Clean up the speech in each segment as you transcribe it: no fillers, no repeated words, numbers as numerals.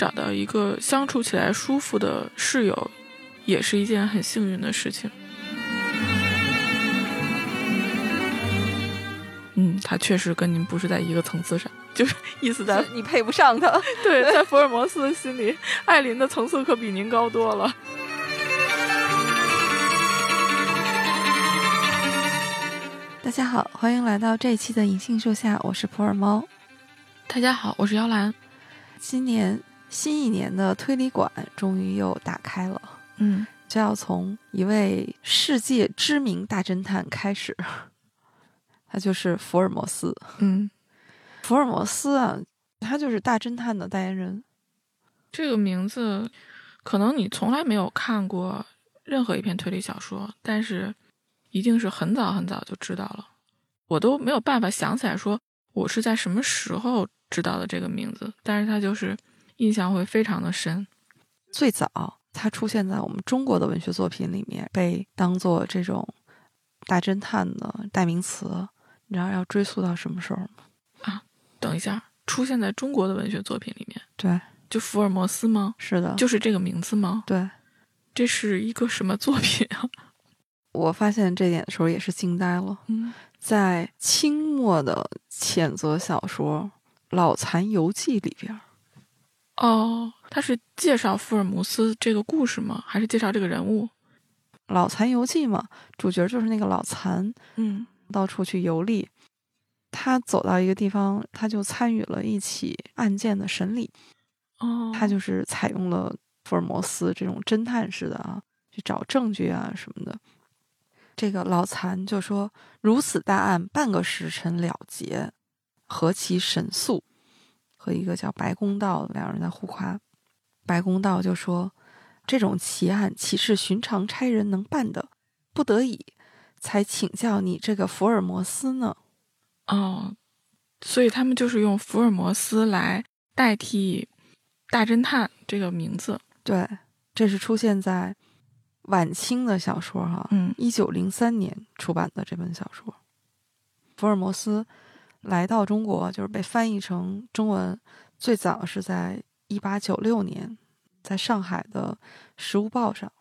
找到一个相处起来舒服的室友，也是一件很幸运的事情。他确实跟您不是在一个层次上，就是意思在你配不上他。 对，在福尔摩斯的心里，艾琳的层次可比您高多了。 大家好，欢迎来到这一期的银杏树下，我是普洱猫。 大家好，我是妖兰。 今年新一年的推理馆终于又打开了，就要从一位世界知名大侦探开始，他就是福尔摩斯。福尔摩斯啊，他就是大侦探的代言人。 这个名字可能你从来没有看过任何一篇推理小说，但是一定是很早很早就知道了。我都没有办法想起来说我是在什么时候知道的这个名字，但是他就是印象会非常的深。 最早他出现在我们中国的文学作品里面，被当做这种大侦探的代名词。你知道要追溯到什么时候吗？ 等一下，出现在中国的文学作品里面？ 对， 就福尔摩斯吗？ 是的， 就是这个名字吗？ 对。 这是一个什么作品啊？ 我发现这点的时候也是惊呆了。在清末的谴责小说《老残游记》里边。 他是介绍福尔摩斯这个故事吗？还是介绍这个人物？ 老残游记嘛，主角就是那个老残，到处去游历。他走到一个地方，他就参与了一起案件的审理。他就是采用了福尔摩斯这种侦探式的去找证据啊什么的。这个老残就说，如此大案半个时辰了结，何其神速。和一个叫白公道两人在互夸。白公道就说，这种奇案岂是寻常差人能办的，不得已才请教你这个福尔摩斯呢。 所以他们就是用福尔摩斯来代替大侦探这个名字。 对，这是出现在晚清的小说1903年出版的这本小说。福尔摩斯来到中国，就是被翻译成中文，最早是在1896年在上海的时务报上。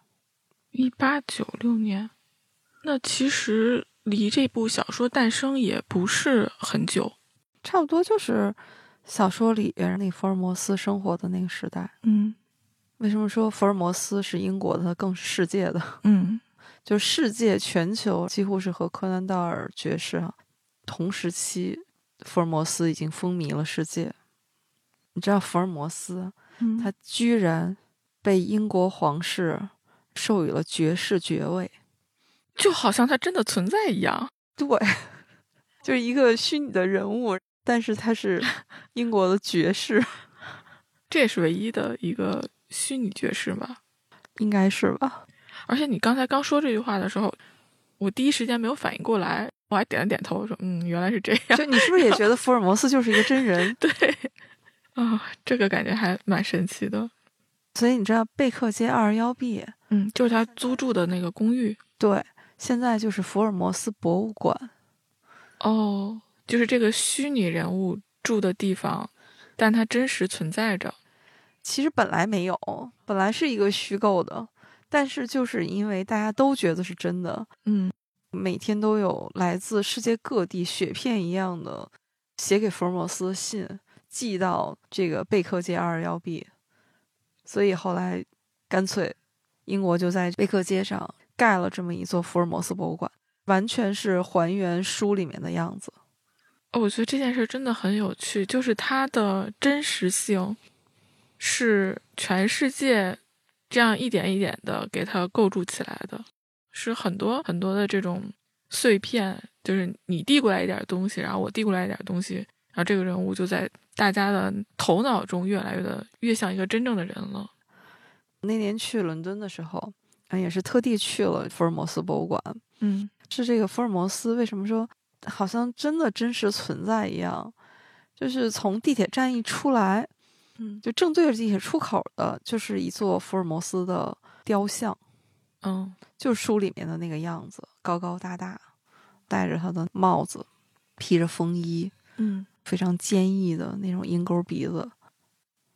1896年，那其实离这部小说诞生也不是很久， 差不多就是小说里边那福尔摩斯生活的那个时代。为什么说福尔摩斯是英国的，更是世界的？就世界全球几乎是和柯南道尔爵士同时期，福尔摩斯已经风靡了世界。你知道福尔摩斯他居然被英国皇室授予了爵士爵位， 就好像他真的存在一样。 对，就是一个虚拟的人物，但是他是英国的爵士。 这也是唯一的一个虚拟爵士吧？ 应该是吧。 而且你刚才刚说这句话的时候，我第一时间没有反应过来，我还点了点头说原来是这样。 就你是不是也觉得福尔摩斯就是一个真人？ 对这个感觉还蛮神奇的。 所以你知道贝克街221B， 就是他租住的那个公寓。 对，现在就是福尔摩斯博物馆。 就是这个虚拟人物住的地方，但它真实存在着。 其实本来没有，本来是一个虚构的，但是就是因为大家都觉得是真的，每天都有来自世界各地雪片一样的写给福尔摩斯的信寄到这个贝克街221B，所以后来干脆英国就在贝克街上盖了这么一座福尔摩斯博物馆，完全是还原书里面的样子。 我觉得这件事真的很有趣，就是它的真实性是全世界这样一点一点的给它构筑起来的，是很多很多的这种碎片，就是你递过来一点东西，然后我递过来一点东西，然后这个人物就在大家的头脑中越来越像一个真正的人了。 那年去伦敦的时候，也是特地去了福尔摩斯博物馆。是这个福尔摩斯为什么说好像真的真实存在一样，就是从地铁站一出来，就正对着地铁出口的就是一座福尔摩斯的雕像。就是书里面的那个样子，高高大大，戴着他的帽子，披着风衣，非常坚毅的那种鹰钩鼻子。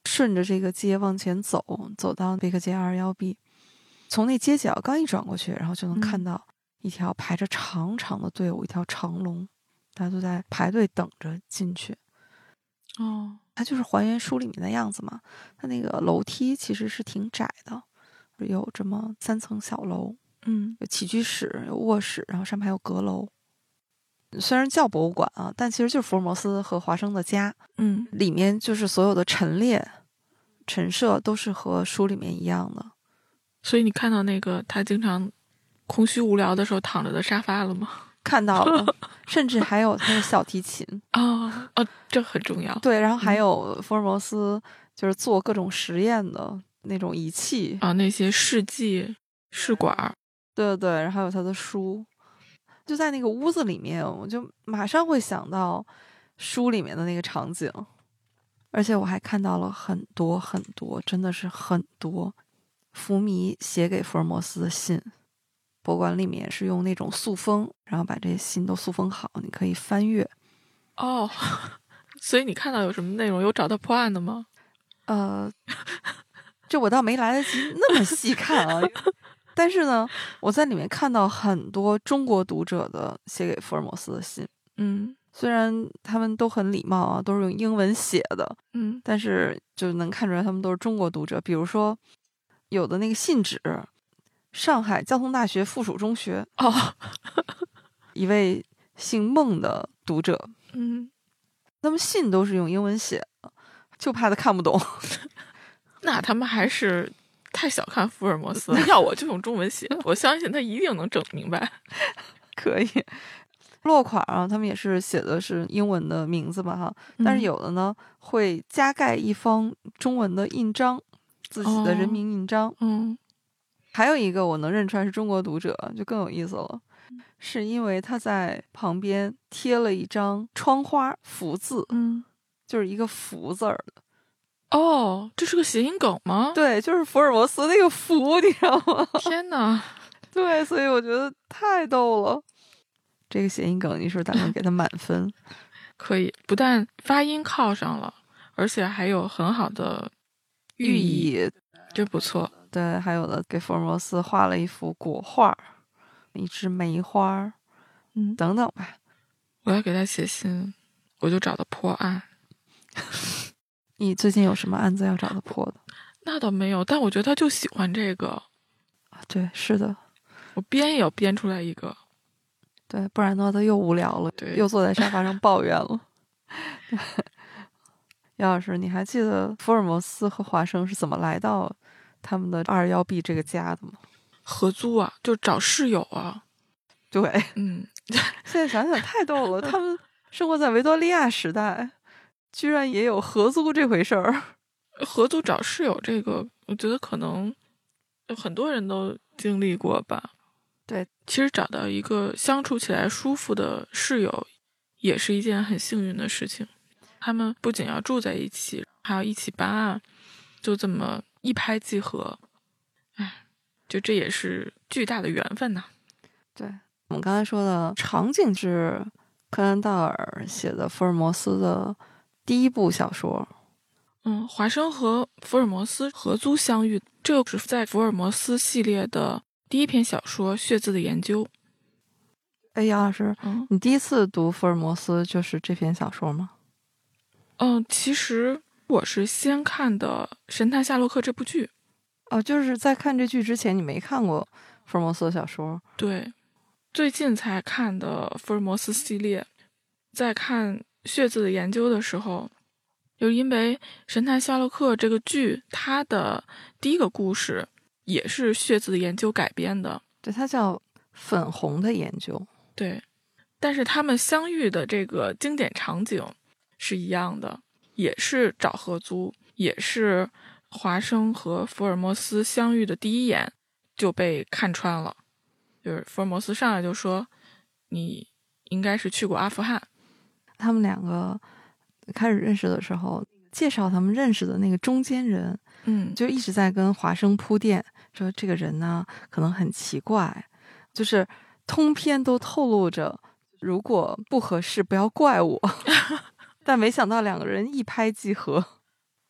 顺着这个街往前走，走到贝克街221B，从那街角刚一转过去，然后就能看到一条排着长长的队伍，一条长龙，大家都在排队等着进去。它就是还原书里面的样子嘛。它那个楼梯其实是挺窄的，有这么3层小楼，有起居室，有卧室，然后上面还有阁楼。虽然叫博物馆啊，但其实就是福尔摩斯和华生的家。里面就是所有的陈列陈设都是和书里面一样的。 所以你看到那个他经常空虚无聊的时候躺着的沙发了吗？ 看到了，甚至还有他的小提琴。 这很重要。 对，然后还有福尔摩斯就是做各种实验的那种仪器那些试剂试管。 对，然后还有他的书，就在那个屋子里面，我就马上会想到书里面的那个场景。而且我还看到了很多很多，真的是很多福迷写给福尔摩斯的信。博物馆里面是用那种塑封，然后把这些信都塑封好，你可以翻阅。 所以你看到有什么内容？有找到破案的吗？ 这我倒没来得及那么细看啊。但是呢，我在里面看到很多中国读者的写给福尔摩斯的信。虽然他们都很礼貌啊，都是用英文写的，但是就能看出来他们都是中国读者。比如说，有的那个信纸，上海交通大学附属中学一位姓孟的读者，他们信都是用英文写的，就怕他看不懂。 那他们还是太小看福尔摩斯了。要我就用中文写，我相信他一定能整明白。 可以。落款啊，他们也是写的是英文的名字嘛哈，但是有的呢会加盖一方中文的印章，自己的人名印章。还有一个我能认出来是中国读者，就更有意思了，是因为他在旁边贴了一张窗花福字，就是一个福字儿的。 这是个谐音梗吗？ 对，就是福尔摩斯那个福，你知道吗？ 天哪！ 对，所以我觉得太逗了。这个谐音梗，你是不是打算给他满分？ 可以，不但发音靠上了，而且还有很好的寓意，真不错。 对，还有的给福尔摩斯画了一幅国画，一枝梅花，等等吧。 我要给他写信，我就找他破案。 你最近有什么案子要找他破的？ 那倒没有，但我觉得他就喜欢这个。 对，是的， 我编也要编出来一个。 对，不然的话他又无聊了， 对， 又坐在沙发上抱怨了。姚老师，你还记得福尔摩斯和华生是怎么来到他们的221B 这个家的吗？ 合租啊，就找室友啊。 对，现在想想太逗了，他们生活在维多利亚时代，居然也有合租这回事儿。 合租找室友这个，我觉得可能很多人都经历过吧。 对， 其实找到一个相处起来舒服的室友，也是一件很幸运的事情。他们不仅要住在一起，还要一起办案，就这么一拍即合。就这也是巨大的缘分呐。 对，我们刚才说的场景是柯南道尔写的福尔摩斯的第一部小说。 华生和福尔摩斯合租相遇，这是在福尔摩斯系列的第一篇小说《血字的研究》。 姚老师，你第一次读福尔摩斯就是这篇小说吗？ 其实我是先看的《神探夏洛克》这部剧。 就是在看这剧之前你没看过福尔摩斯的小说？ 对，最近才看的福尔摩斯系列。在看《血字的研究》的时候，就因为《神探夏洛克》这个剧，它的第一个故事也是《血字的研究》改编的。 对，它叫粉红的研究。 对，但是他们相遇的这个经典场景是一样的，也是找合租，也是华生和福尔摩斯相遇的第一眼就被看穿了。就是福尔摩斯上来就说，你应该是去过阿富汗。 他们两个开始认识的时候，介绍他们认识的那个中间人，就一直在跟华生铺垫，说这个人呢可能很奇怪，就是通篇都透露着如果不合适不要怪我。但没想到两个人一拍即合。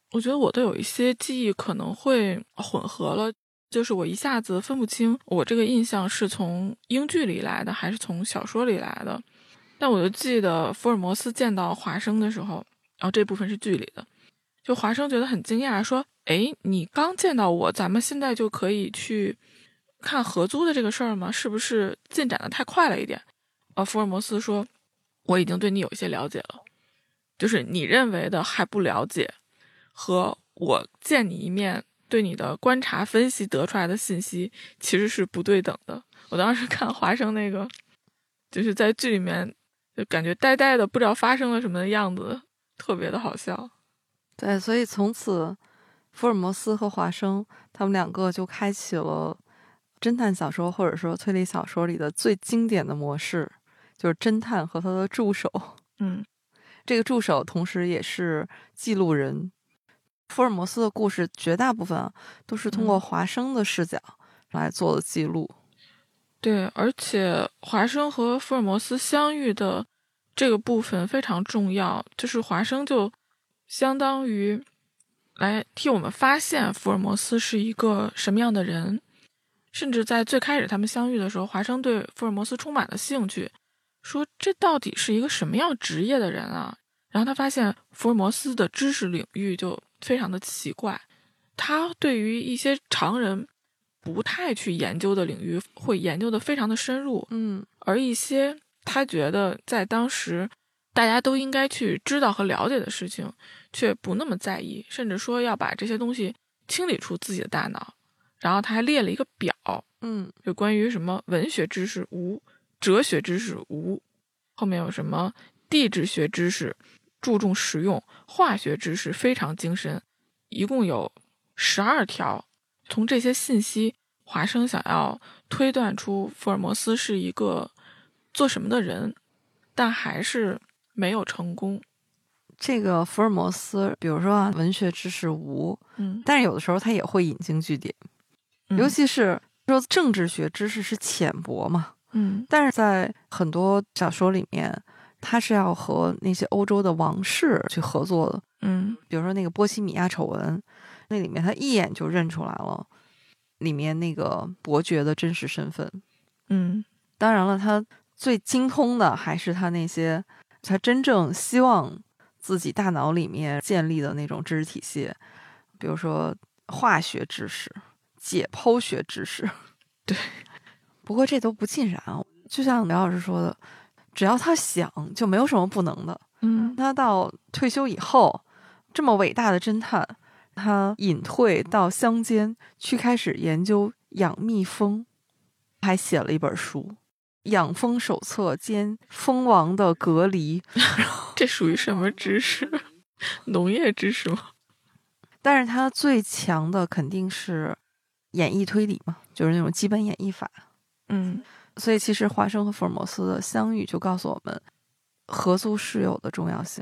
我觉得我都有一些记忆可能会混合了，就是我一下子分不清我这个印象是从英剧里来的还是从小说里来的。但我就记得福尔摩斯见到华生的时候，然后这部分是剧里的，就华生觉得很惊讶，说诶，你刚见到我，咱们现在就可以去看合租的这个事儿吗？是不是进展的太快了一点？福尔摩斯说，我已经对你有一些了解了，就是你认为的还不了解和我见你一面对你的观察分析得出来的信息其实是不对等的。我当时看华生那个就是在剧里面就感觉呆呆的不知道发生了什么的样子，特别的好笑。 对，所以从此福尔摩斯和华生他们两个就开启了侦探小说或者说推理小说里的最经典的模式，就是侦探和他的助手。这个助手同时也是记录人。福尔摩斯的故事绝大部分都是通过华生的视角来做的记录。 对，而且华生和福尔摩斯相遇的这个部分非常重要，就是华生就相当于来替我们发现福尔摩斯是一个什么样的人。甚至在最开始他们相遇的时候，华生对福尔摩斯充满了兴趣，说这到底是一个什么样职业的人啊？然后他发现福尔摩斯的知识领域就非常的奇怪，他对于一些常人不太去研究的领域会研究的非常的深入，而一些他觉得在当时大家都应该去知道和了解的事情却不那么在意，甚至说要把这些东西清理出自己的大脑。然后他还列了一个表，就关于什么文学知识无，哲学知识无，后面有什么地质学知识注重实用，化学知识非常精深，一共有12条。从这些信息，华生想要推断出福尔摩斯是一个做什么的人，但还是没有成功。 这个福尔摩斯比如说文学知识无，但是有的时候他也会引经据典，尤其是说政治学知识是浅薄嘛，但是在很多小说里面他是要和那些欧洲的王室去合作的，比如说那个波西米亚丑闻，那里面他一眼就认出来了里面那个伯爵的真实身份。当然了，他最精通的还是他那些他真正希望自己大脑里面建立的那种知识体系，比如说化学知识、解剖学知识。 对， 不过这都不尽然，就像梁老师说的，只要他想就没有什么不能的。他到退休以后，这么伟大的侦探，他隐退到乡间去开始研究养蜜蜂，还写了一本书《养蜂手册》兼蜂王的隔离。 这属于什么知识？农业知识吗？ 但是他最强的肯定是演绎推理嘛，就是那种基本演绎法。所以其实华生和福尔摩斯的相遇就告诉我们合租室友的重要性。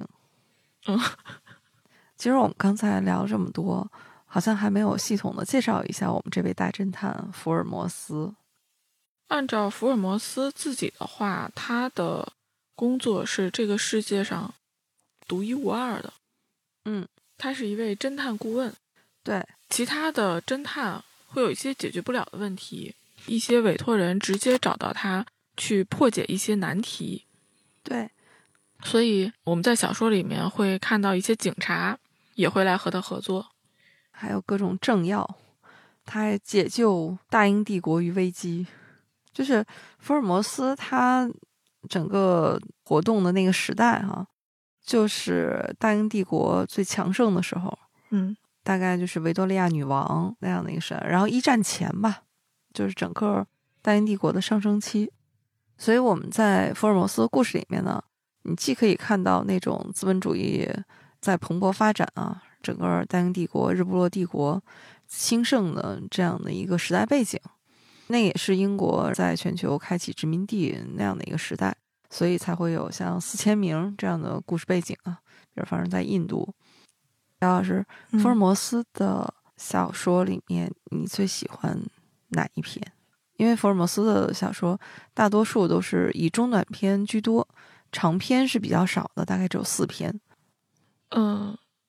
其实我们刚才聊了这么多，好像还没有系统的介绍一下我们这位大侦探福尔摩斯。 按照福尔摩斯自己的话，他的工作是这个世界上独一无二的。他是一位侦探顾问。 对， 其他的侦探会有一些解决不了的问题，一些委托人直接找到他去破解一些难题。 对， 所以我们在小说里面会看到一些警察也会来和他合作， 还有各种政要，他还解救大英帝国于危机。就是福尔摩斯他整个活动的那个时代就是大英帝国最强盛的时候，大概就是维多利亚女王那样的一个时代，然后一战前吧，就是整个大英帝国的上升期。所以我们在福尔摩斯的故事里面呢，你既可以看到那种资本主义在蓬勃发展整个大英帝国、日不落帝国兴盛的这样的一个时代背景，那也是英国在全球开启殖民地那样的一个时代，所以才会有像4000名这样的故事背景比如发生在印度。姚老师，福尔摩斯的小说里面你最喜欢哪一篇？因为福尔摩斯的小说大多数都是以中短篇居多，长篇是比较少的，大概只有4篇。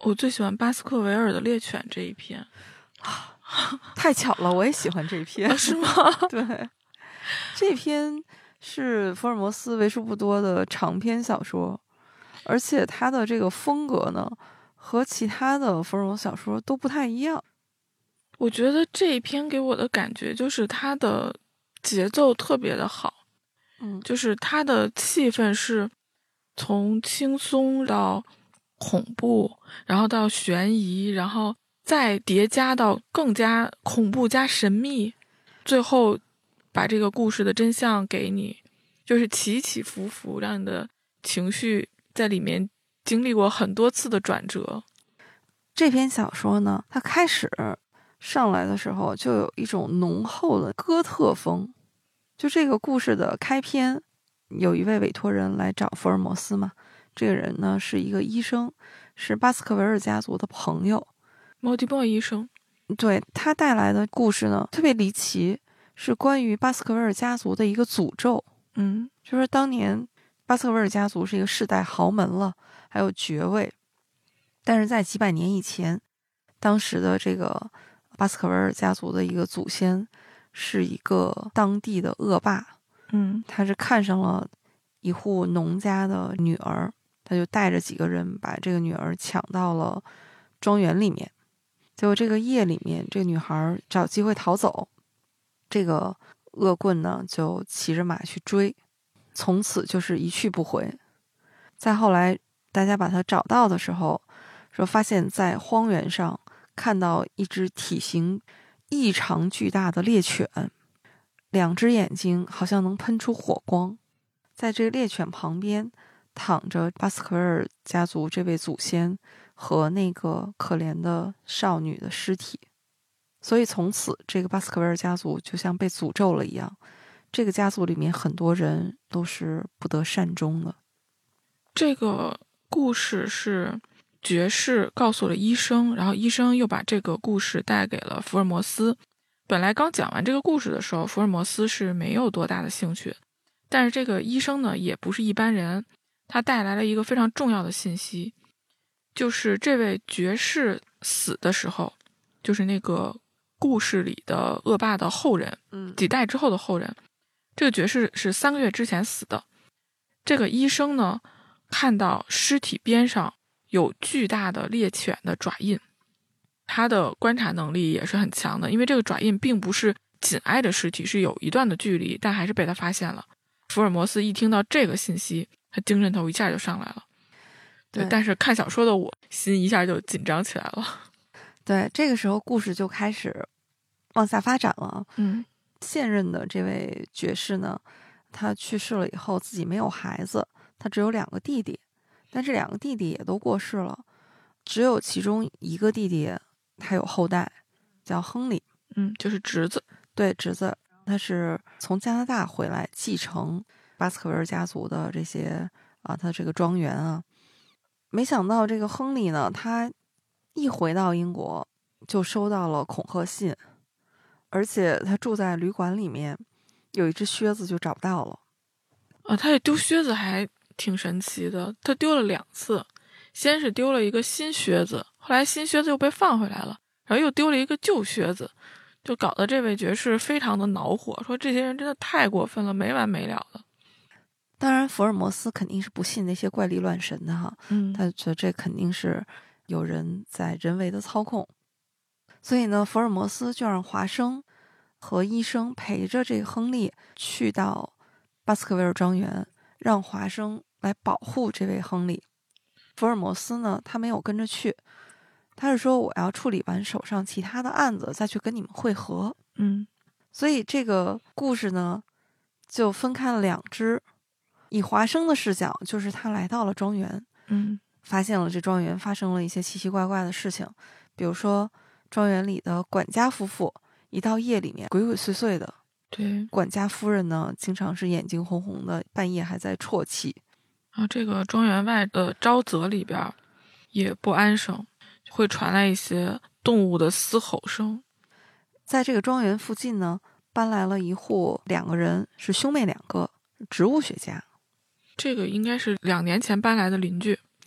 我最喜欢巴斯克维尔的猎犬这一篇。 太巧了，我也喜欢这一篇。 是吗？ 对，这篇是福尔摩斯为数不多的长篇小说，而且他的这个风格呢，和其他的福尔摩斯小说都不太一样。 我觉得这一篇给我的感觉就是它的节奏特别的好，就是它的气氛是从轻松到恐怖，然后到悬疑，然后再叠加到更加恐怖加神秘，最后把这个故事的真相给你，就是起起伏伏，让你的情绪在里面经历过很多次的转折。 这篇小说呢，它开始上来的时候就有一种浓厚的哥特风。就这个故事的开篇，有一位委托人来找福尔摩斯嘛，这个人呢是一个医生，是巴斯克维尔家族的朋友， 莫蒂莫医生。 对，他带来的故事呢特别离奇，是关于巴斯克维尔家族的一个诅咒。就是当年巴斯克维尔家族是一个世代豪门了，还有爵位，但是在几百年以前，当时的这个巴斯克维尔家族的一个祖先是一个当地的恶霸。他是看上了一户农家的女儿，他就带着几个人把这个女儿抢到了庄园里面。结果这个夜里面，这个女孩找机会逃走，这个恶棍呢就骑着马去追，从此就是一去不回。再后来大家把她找到的时候，说发现在荒原上看到一只体型异常巨大的猎犬，2只眼睛好像能喷出火光，在这个猎犬旁边躺着巴斯克维尔家族这位祖先和那个可怜的少女的尸体。所以从此这个巴斯克维尔家族就像被诅咒了一样，这个家族里面很多人都是不得善终的。 这个故事是爵士告诉了医生，然后医生又把这个故事带给了福尔摩斯。本来刚讲完这个故事的时候，福尔摩斯是没有多大的兴趣，但是这个医生呢也不是一般人，他带来了一个非常重要的信息，就是这位爵士死的时候，就是那个故事里的恶霸的后人，几代之后的后人，这个爵士是3个月之前死的。这个医生呢看到尸体边上有巨大的猎犬的爪印，他的观察能力也是很强的，因为这个爪印并不是紧挨着尸体，是有一段的距离，但还是被他发现了。福尔摩斯一听到这个信息，他精神头一下就上来了。对，但是看小说的我心一下就紧张起来了。 对，这个时候故事就开始往下发展了。现任的这位爵士呢，他去世了以后自己没有孩子，他只有2个弟弟，但这2个弟弟也都过世了，只有其中一个弟弟他有后代，叫亨利。 就是侄子。 对，侄子，他是从加拿大回来继承巴斯克维尔家族的这些他这个庄园啊。没想到这个亨利呢，他一回到英国就收到了恐吓信，而且他住在旅馆里面，有一只靴子就找不到了。 他也丢靴子还挺神奇的，他丢了2次，先是丢了一个新靴子，后来新靴子又被放回来了，然后又丢了一个旧靴子，就搞得这位爵士非常的恼火，说这些人真的太过分了，没完没了的。 当然福尔摩斯肯定是不信那些怪力乱神的哈，他觉得这肯定是有人在人为的操控。所以呢，福尔摩斯就让华生和医生陪着这个亨利去到巴斯克维尔庄园，让华生来保护这位亨利。福尔摩斯呢，他没有跟着去，他是说我要处理完手上其他的案子再去跟你们会合。所以这个故事呢就分开了2支。以华生的视角，就是他来到了庄园，发现了这庄园发生了一些奇奇怪怪的事情，比如说庄园里的管家夫妇一到夜里面鬼鬼祟祟的， 对， 管家夫人呢经常是眼睛红红的，半夜还在啜泣。 这个庄园外的沼泽里边也不安生，会传来一些动物的嘶吼声。 在这个庄园附近呢，搬来了一户2个人，是兄妹2个，植物学家。 这个应该是2年前搬来的邻居。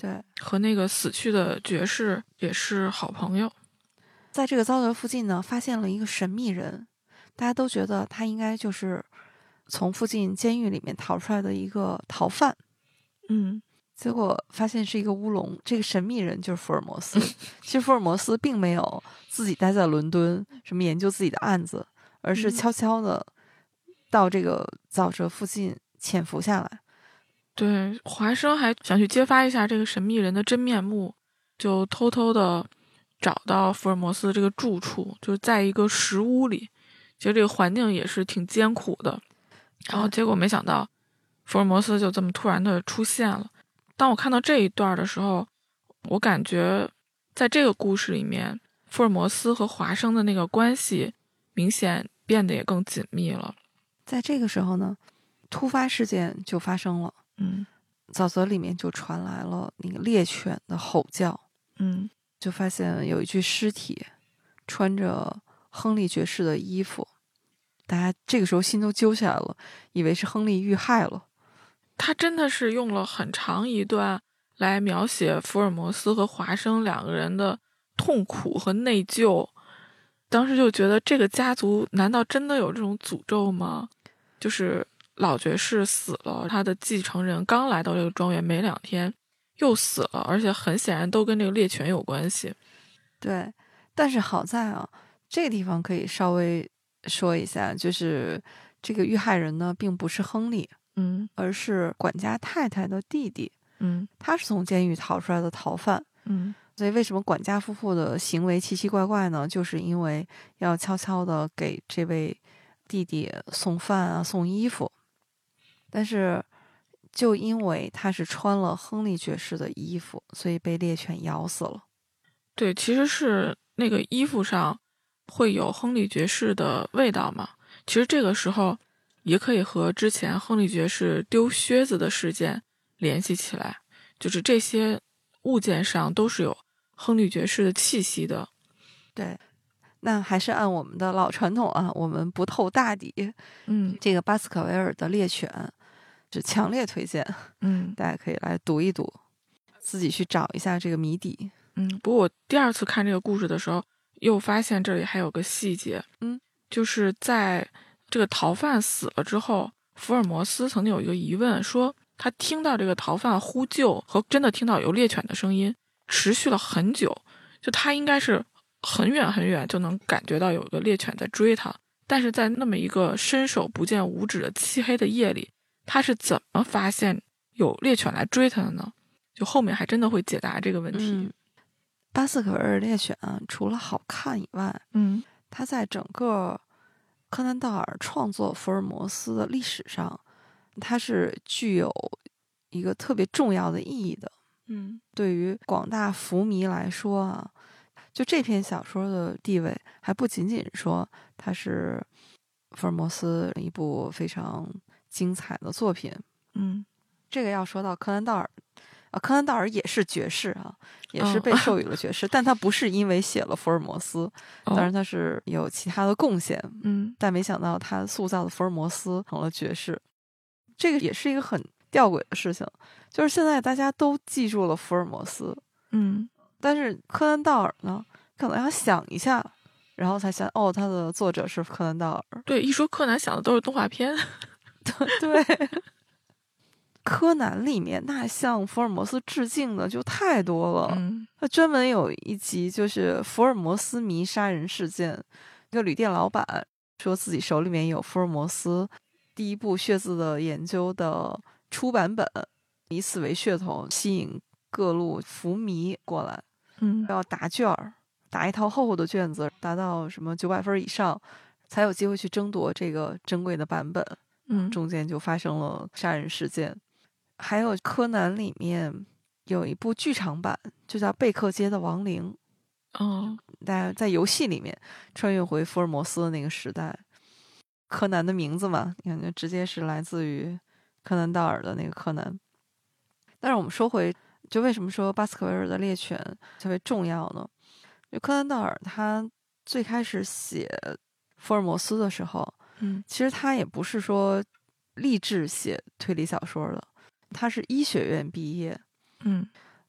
对， 和那个死去的爵士也是好朋友。 在这个沼泽附近呢，发现了一个神秘人，大家都觉得他应该就是从附近监狱里面逃出来的一个逃犯。结果发现是一个乌龙，这个神秘人就是福尔摩斯。其实福尔摩斯并没有自己待在伦敦什么研究自己的案子，而是悄悄的到这个沼泽附近潜伏下来。 对，华生还想去揭发一下这个神秘人的真面目，就偷偷的找到福尔摩斯这个住处，就是在一个石屋里。其实这个环境也是挺艰苦的，然后结果没想到福尔摩斯就这么突然的出现了。当我看到这一段的时候，我感觉在这个故事里面，福尔摩斯和华生的那个关系明显变得也更紧密了。 在这个时候呢，突发事件就发生了。沼泽里面就传来了那个猎犬的吼叫。就发现有一具尸体，穿着亨利爵士的衣服。大家这个时候心都揪起来了，以为是亨利遇害了。 他真的是用了很长一段来描写福尔摩斯和华生两个人的痛苦和内疚。当时就觉得这个家族难道真的有这种诅咒吗？就是老爵士死了，他的继承人刚来到这个庄园没2天又死了，而且很显然都跟这个猎犬有关系。 对，但是好在啊，这个地方可以稍微说一下，就是这个遇害人呢并不是亨利，而是管家太太的弟弟。他是从监狱逃出来的逃犯。所以为什么管家夫妇的行为奇奇怪怪呢？就是因为要悄悄的给这位弟弟送饭啊，送衣服。但是就因为他是穿了亨利爵士的衣服，所以被猎犬咬死了。 对，其实是那个衣服上会有亨利爵士的味道嘛。其实这个时候也可以和之前亨利爵士丢靴子的事件联系起来，就是这些物件上都是有亨利爵士的气息的。 对，那还是按我们的老传统啊，我们不透大底。这个巴斯克维尔的猎犬是强烈推荐。大家可以来读一读，自己去找一下这个谜底。 不过我第2次看这个故事的时候，又发现这里还有个细节。就是在这个逃犯死了之后，福尔摩斯曾经有一个疑问，说他听到这个逃犯呼救和真的听到有猎犬的声音持续了很久，就他应该是很远很远就能感觉到有个猎犬在追他，但是在那么一个伸手不见五指的漆黑的夜里，他是怎么发现有猎犬来追他的呢？就后面还真的会解答这个问题。 巴斯克维尔猎犬除了好看以外，它在整个柯南道尔创作福尔摩斯的历史上，它是具有一个特别重要的意义的。对于广大福迷来说啊，就这篇小说的地位还不仅仅说它是福尔摩斯一部非常精彩的作品。这个要说到柯南道尔。柯南道尔也是爵士啊，也是被授予了爵士，但他不是因为写了福尔摩斯，当然他是有其他的贡献。但没想到他塑造的福尔摩斯成了爵士，这个也是一个很吊诡的事情。就是现在大家都记住了福尔摩斯，但是柯南道尔呢，可能要想一下，然后才想他的作者是柯南道尔。 对，一说柯南想的都是动画片。 对。柯南里面那向福尔摩斯致敬的就太多了。他专门有一集就是福尔摩斯迷杀人事件，一个旅店老板说自己手里面有福尔摩斯第1部血字的研究的出版本，以此为噱头吸引各路福迷过来，要答卷，答一套厚厚的卷子，达到什么900分以上才有机会去争夺这个珍贵的版本。中间就发生了杀人事件。还有柯南里面有一部剧场版，就叫《贝克街的亡灵》。大家在游戏里面穿越回福尔摩斯的那个时代。柯南的名字嘛，你看就直接是来自于柯南道尔的那个柯南。但是我们说回，就为什么说巴斯克维尔的猎犬特别重要呢？就柯南道尔他最开始写福尔摩斯的时候，其实他也不是说立志写推理小说的。他是医学院毕业，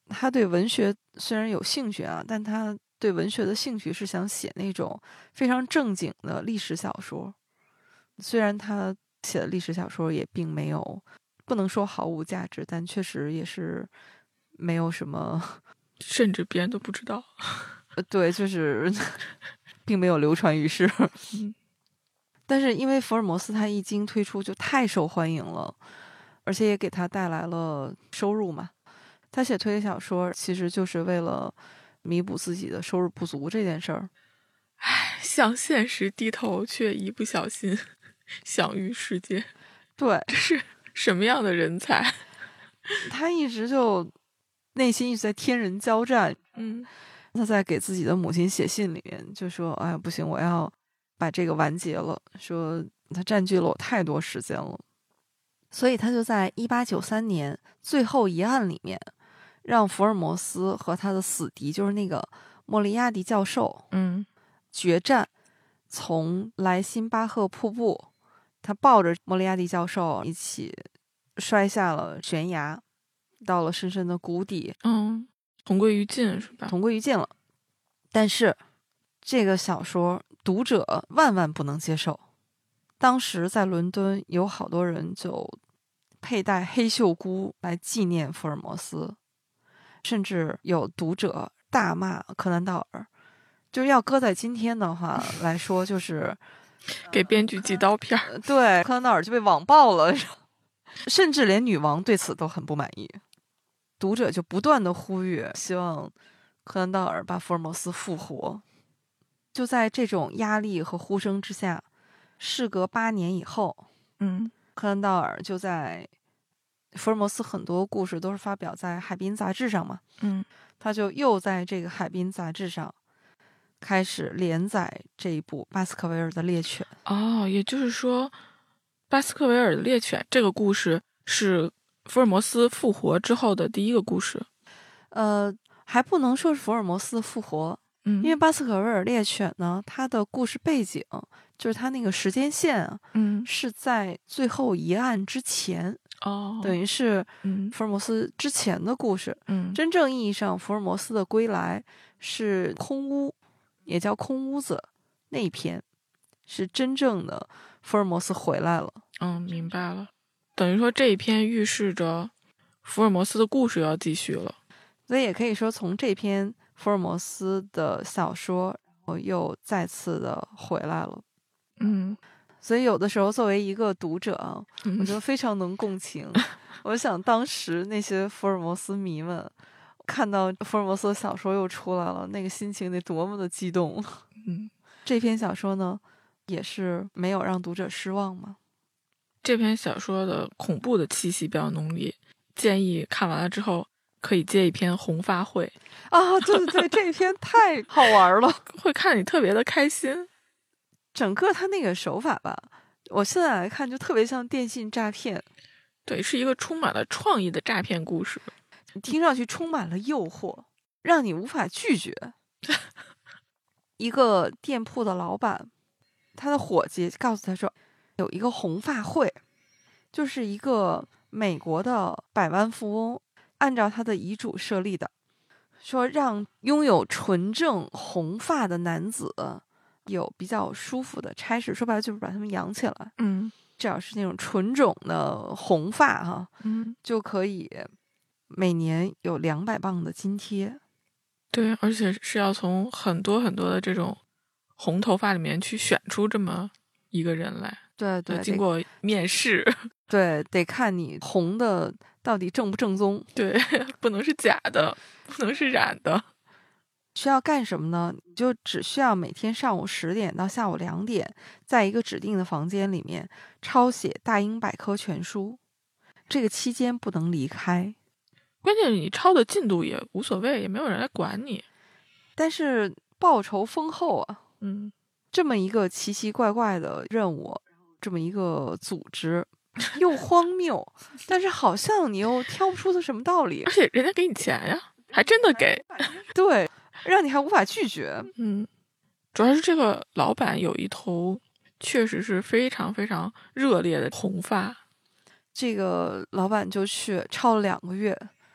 他对文学虽然有兴趣啊，但他对文学的兴趣是想写那种非常正经的历史小说。虽然他写的历史小说也并没有，不能说毫无价值，但确实也是没有什么， 甚至别人都不知道。 对，就是并没有流传于世。但是因为福尔摩斯他一经推出就太受欢迎了，而且也给他带来了收入嘛。他写推理小说其实就是为了弥补自己的收入不足这件事儿。 唉，向现实低头，却一不小心享誉世界。 对， 这是什么样的人才？ 他一直就内心一直在天人交战。他在给自己的母亲写信里面就说：“哎，不行，我要把这个完结了。”说他占据了我太多时间了，所以他就在1893年最后一案里面，让福尔摩斯和他的死敌，就是那个莫利亚蒂教授，决战，从莱辛巴赫瀑布，他抱着莫利亚蒂教授一起摔下了悬崖，到了深深的谷底。 同归于尽是吧？ 同归于尽了。但是这个小说读者万万不能接受。当时在伦敦有好多人就佩戴黑袖箍来纪念福尔摩斯，甚至有读者大骂柯南道尔。就是要搁在今天的话来说，就是给编剧寄刀片。 对，柯南道尔就被网暴了，甚至连女王对此都很不满意。读者就不断的呼吁，希望柯南道尔把福尔摩斯复活。就在这种压力和呼声之下，事隔8年以后，柯南道尔就在福尔摩斯很多故事都是发表在海滨杂志上嘛，他就又在这个海滨杂志上开始连载这一部巴斯克维尔的猎犬。 也就是说，巴斯克维尔的猎犬这个故事是福尔摩斯复活之后的第一个故事。 还不能说是福尔摩斯的复活，因为巴斯克维尔猎犬呢，它的故事背景就是它那个时间线啊，是在最后一案之前。等于是福尔摩斯之前的故事。真正意义上福尔摩斯的归来是空屋，也叫空屋子那一篇，是真正的福尔摩斯回来了。 明白了。等于说这一篇预示着福尔摩斯的故事要继续了。 所以也可以说从这篇福尔摩斯的小说我又再次的回来了。所以有的时候作为一个读者我就非常能共情。我想当时那些福尔摩斯迷们看到福尔摩斯的小说又出来了，那个心情得多么的激动。这篇小说呢也是没有让读者失望嘛。 这篇小说的恐怖的气息比较浓烈，建议看完了之后可以接一篇红发会。 对对对，这篇太好玩了， 会看你特别的开心。 整个他那个手法吧，我现在来看就特别像电信诈骗。 对，是一个充满了创意的诈骗故事， 听上去充满了诱惑，让你无法拒绝。一个店铺的老板，他的伙计告诉他说，有一个红发会，就是一个美国的百万富翁按照他的遗嘱设立的，说让拥有纯正红发的男子有比较舒服的差事，说白了就是把他们养起来。只要是那种纯种的红发就可以每年有200磅的津贴。 对，而且是要从很多很多的这种红头发里面去选出这么一个人来。 对对， 经过面试。 对，得看你红的到底正不正宗。 对，不能是假的，不能是染的。 需要干什么呢？你就只需要每天上午10点到下午2点，在一个指定的房间里面抄写大英百科全书，这个期间不能离开。 关键是你抄的进度也无所谓，也没有人来管你。 但是报酬丰厚啊。这么一个奇奇怪怪的任务，这么一个组织又荒谬，但是好像你又挑不出它什么道理。 而且人家给你钱呀，还真的给。 对，让你还无法拒绝。 主要是这个老板有一头确实是非常非常热烈的红发。 这个老板就去抄了2个月，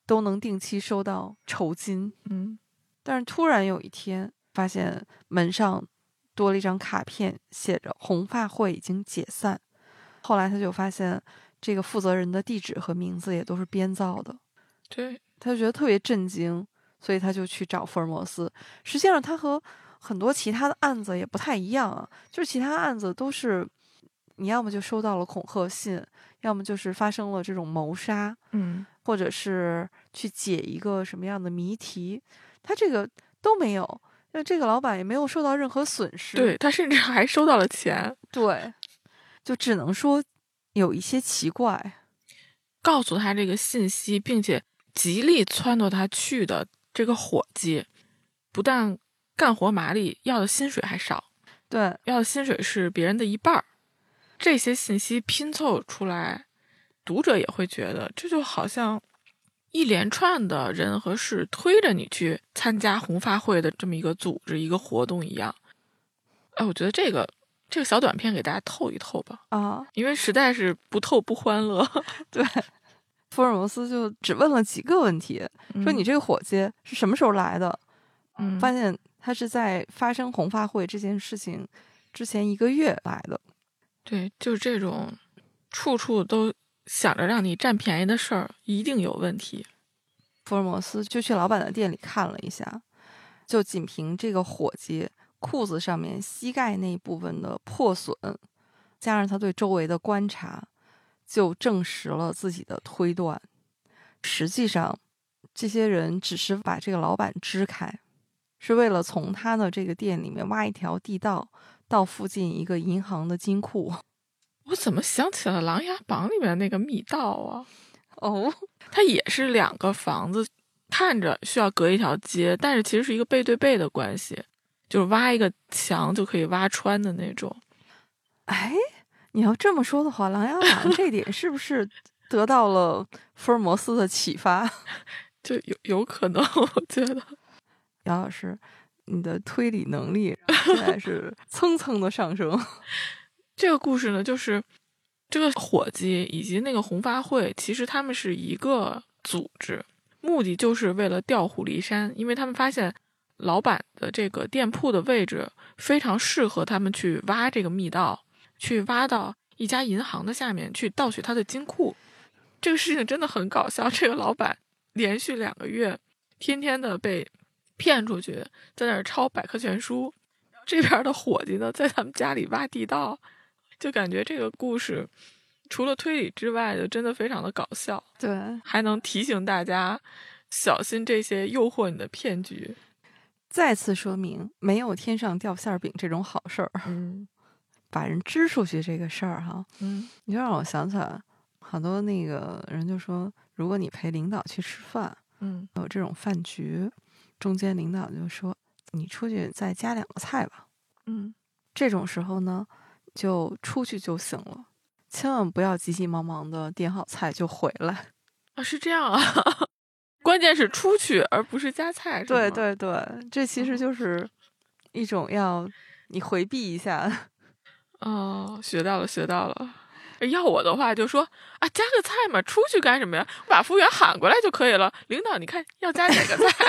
都能定期收到酬金。但是突然有一天发现门上多了一张卡片，写着红发会已经解散。后来他就发现这个负责人的地址和名字也都是编造的。 对， 他就觉得特别震惊，所以他就去找福尔摩斯。实际上他和很多其他的案子也不太一样啊，就是其他案子都是你要么就收到了恐吓信，要么就是发生了这种谋杀，或者是去解一个什么样的谜题，他这个都没有。那这个老板也没有受到任何损失， 对，他甚至还收到了钱。 对，就只能说有一些奇怪。 告诉他这个信息并且极力撺掇他去的这个伙计，不但干活麻利，要的薪水还少。 对， 要的薪水是别人的一半。这些信息拼凑出来，读者也会觉得这就好像一连串的人和事推着你去参加红发会的这么一个组织一个活动一样。我觉得这个小短片给大家透一透吧。因为实在是不透不欢乐。 对，福尔摩斯就只问了几个问题，说你这个伙计是什么时候来的？发现他是在发生红发会这件事情之前1个月来的。 对，就是这种处处都想着让你占便宜的事儿一定有问题。 福尔摩斯就去老板的店里看了一下，就仅凭这个伙计裤子上面膝盖那部分的破损，加上他对周围的观察，就证实了自己的推断。实际上这些人只是把这个老板支开，是为了从他的这个店里面挖一条地道到附近一个银行的金库。 我怎么想起了《琅琊榜》里面那个密道啊？它也是2个房子，看着需要隔一条街，但是其实是一个背对背的关系，就是挖一个墙就可以挖穿的那种。 你要这么说的话，《琅琊榜》这点是不是得到了福尔摩斯的启发？ 就有可能，我觉得。 姚老师，你的推理能力现在是蹭蹭的上升。 这个故事呢，就是这个伙计以及那个红发会，其实他们是一个组织，目的就是为了调虎离山，因为他们发现老板的这个店铺的位置非常适合他们去挖这个密道，去挖到一家银行的下面去盗取他的金库。这个事情真的很搞笑，这个老板连续2个月天天的被骗出去，在那儿抄百科全书，这边的伙计呢在他们家里挖地道，就感觉这个故事除了推理之外就真的非常的搞笑。 对， 还能提醒大家小心这些诱惑你的骗局。 再次说明没有天上掉馅饼这种好事儿。把人支出去这个事儿哈，你就让我想起来很多那个人就说，如果你陪领导去吃饭，有这种饭局，中间领导就说你出去再加2个菜吧。这种时候呢就出去就行了，千万不要急急忙忙的点好菜就回来。 是这样啊。关键是出去而不是加菜。 对对对，这其实就是一种要你回避一下。 学到了学到了。要我的话就说加个菜嘛，出去干什么呀？我把服务员喊过来就可以了。领导你看要加哪个菜？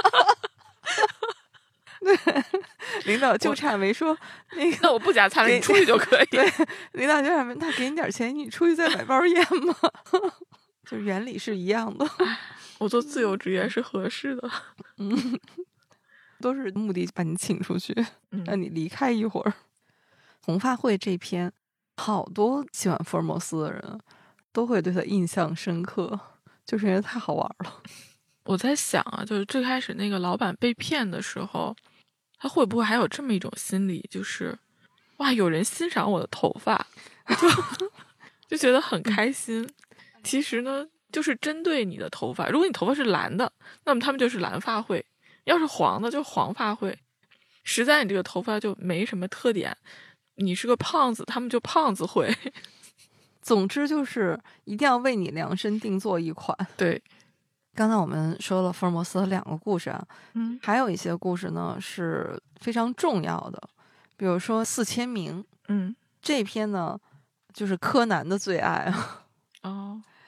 对，领导就差没说那我不加菜了，你出去就可以。 对，领导就差没那给你点钱，你出去再买包烟嘛。就原理是一样的。 我做自由职业是合适的。 都是目的把你请出去，让你离开一会儿。红发会这篇，好多喜欢福尔摩斯的人都会对他印象深刻，就是因为太好玩了。 我在想就是最开始那个老板被骗的时候，他会不会还有这么一种心理，就是哇，有人欣赏我的头发，就觉得很开心。其实呢，就是针对你的头发，如果你头发是蓝的，那么他们就是蓝发会；要是黄的，就黄发会。实在你这个头发就没什么特点，你是个胖子，他们就胖子会。 总之就是一定要为你量身定做一款。 对， 刚才我们说了福尔摩斯的2个故事啊，还有一些故事呢是非常重要的，比如说4000名，这篇呢就是柯南的最爱。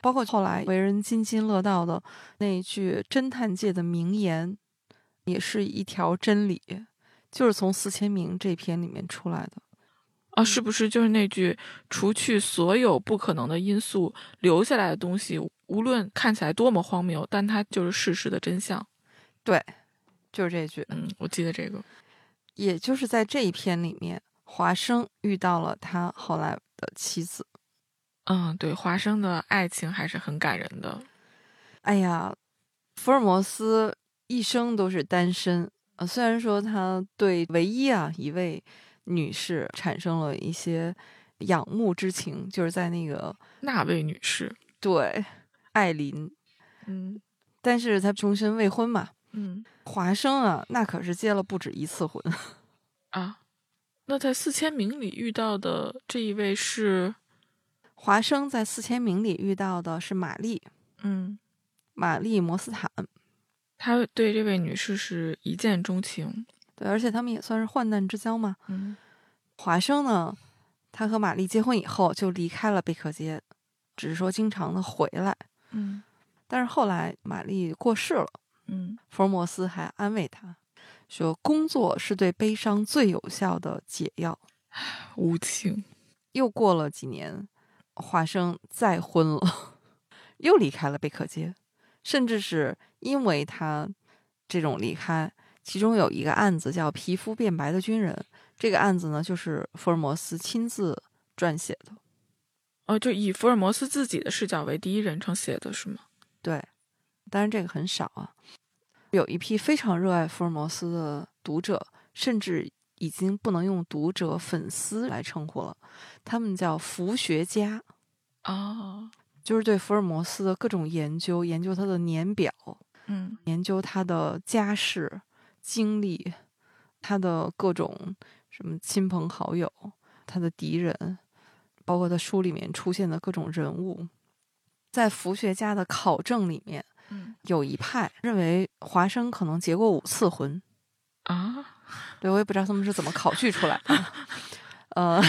包括后来为人津津乐道的那句侦探界的名言，也是一条真理，就是从四千名这篇里面出来的。 是不是就是那句除去所有不可能的因素，留下来的东西无论看起来多么荒谬，但它就是事实的真相。 对，就是这句。 我记得这个。 也就是在这一篇里面，华生遇到了他后来的妻子。 对，华生的爱情还是很感人的。 哎呀，福尔摩斯一生都是单身，虽然说他对唯一一位女士产生了一些仰慕之情，就是在那位女士， 对，艾琳。但是他终身未婚嘛。华生那可是结了不止一次婚啊。那在四千名里遇到的这一位是？ 华生在四千名里遇到的是玛丽。玛丽摩斯坦。 他对这位女士是一见钟情。 对，而且他们也算是患难之交嘛。华生呢，他和玛丽结婚以后就离开了贝克街，只是说经常的回来。但是后来玛丽过世了。福尔摩斯还安慰他说，工作是对悲伤最有效的解药。 无情。 又过了几年，华生再婚了，又离开了贝克街。甚至是因为他这种离开，其中有一个案子叫皮肤变白的军人，这个案子呢就是福尔摩斯亲自撰写的。 就以福尔摩斯自己的视角为第一人称写的是吗？ 对，当然这个很少有一批非常热爱福尔摩斯的读者，甚至已经不能用读者粉丝来称呼了，他们叫福学家。就是对福尔摩斯的各种研究他的年表，研究他的家世经历，他的各种什么亲朋好友，他的敌人，包括他书里面出现的各种人物。在福学家的考证里面，有一派认为华生可能结过5次婚。对，我也不知道他们是怎么考据出来的。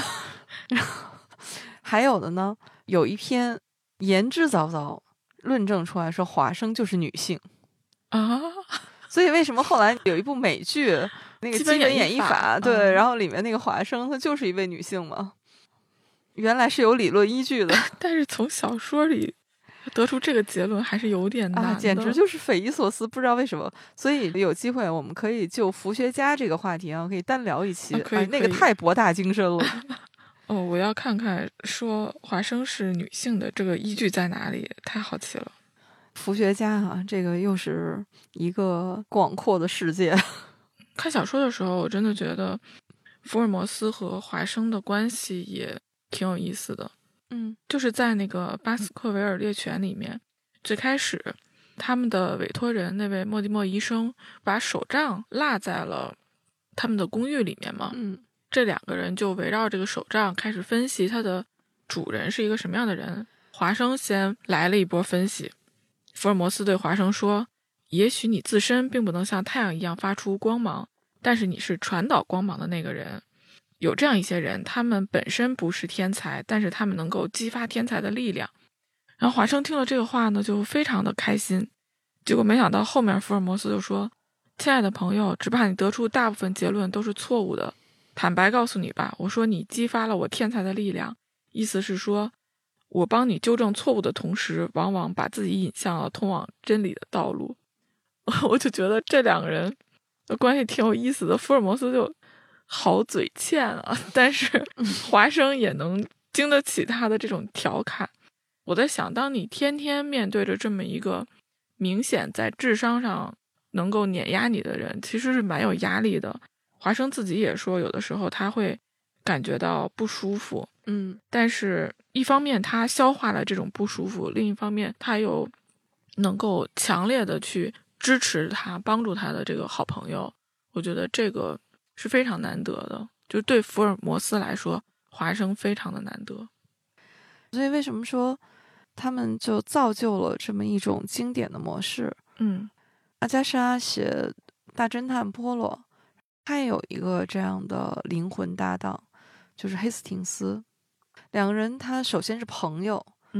还有的呢，有一篇言之凿凿论证出来说华生就是女性。所以为什么后来有一部美剧那个基本演绎法，对，然后里面那个华生她就是一位女性嘛，原来是有理论依据的。 但是从小说里得出这个结论还是有点难的， 简直就是匪夷所思，不知道为什么。所以有机会我们可以就福学家这个话题可以单聊一期。那个太博大精深了。 我要看看说华生是女性的这个依据在哪里，太好奇了。 福学家这个又是一个广阔的世界。 看小说的时候，我真的觉得福尔摩斯和华生的关系也挺有意思的。就是在那个巴斯克维尔猎犬里面，最开始他们的委托人那位莫蒂莫医生把手杖落在了他们的公寓里面嘛。这2个人就围绕这个手杖开始分析它的主人是一个什么样的人。华生先来了一波分析。福尔摩斯对华生说，也许你自身并不能像太阳一样发出光芒，但是你是传导光芒的那个人。有这样一些人，他们本身不是天才，但是他们能够激发天才的力量。然后华生听了这个话呢，就非常的开心。结果没想到后面福尔摩斯就说，亲爱的朋友，只怕你得出大部分结论都是错误的。坦白告诉你吧，我说你激发了我天才的力量，意思是说我帮你纠正错误的同时，往往把自己引向了通往真理的道路。我就觉得这2个人的关系挺有意思的。福尔摩斯就好嘴欠但是华生也能经得起他的这种调侃。我在想，当你天天面对着这么一个明显在智商上能够碾压你的人，其实是蛮有压力的。华生自己也说，有的时候他会感觉到不舒服。但是一方面他消化了这种不舒服，另一方面他又能够强烈的去支持他，帮助他的这个好朋友。我觉得这个是非常难得的，就是对福尔摩斯来说，华生非常的难得。 所以为什么说他们就造就了这么一种经典的模式？阿加莎写大侦探波洛，他也有一个这样的灵魂搭档，就是黑斯廷斯。2个人他首先是朋友，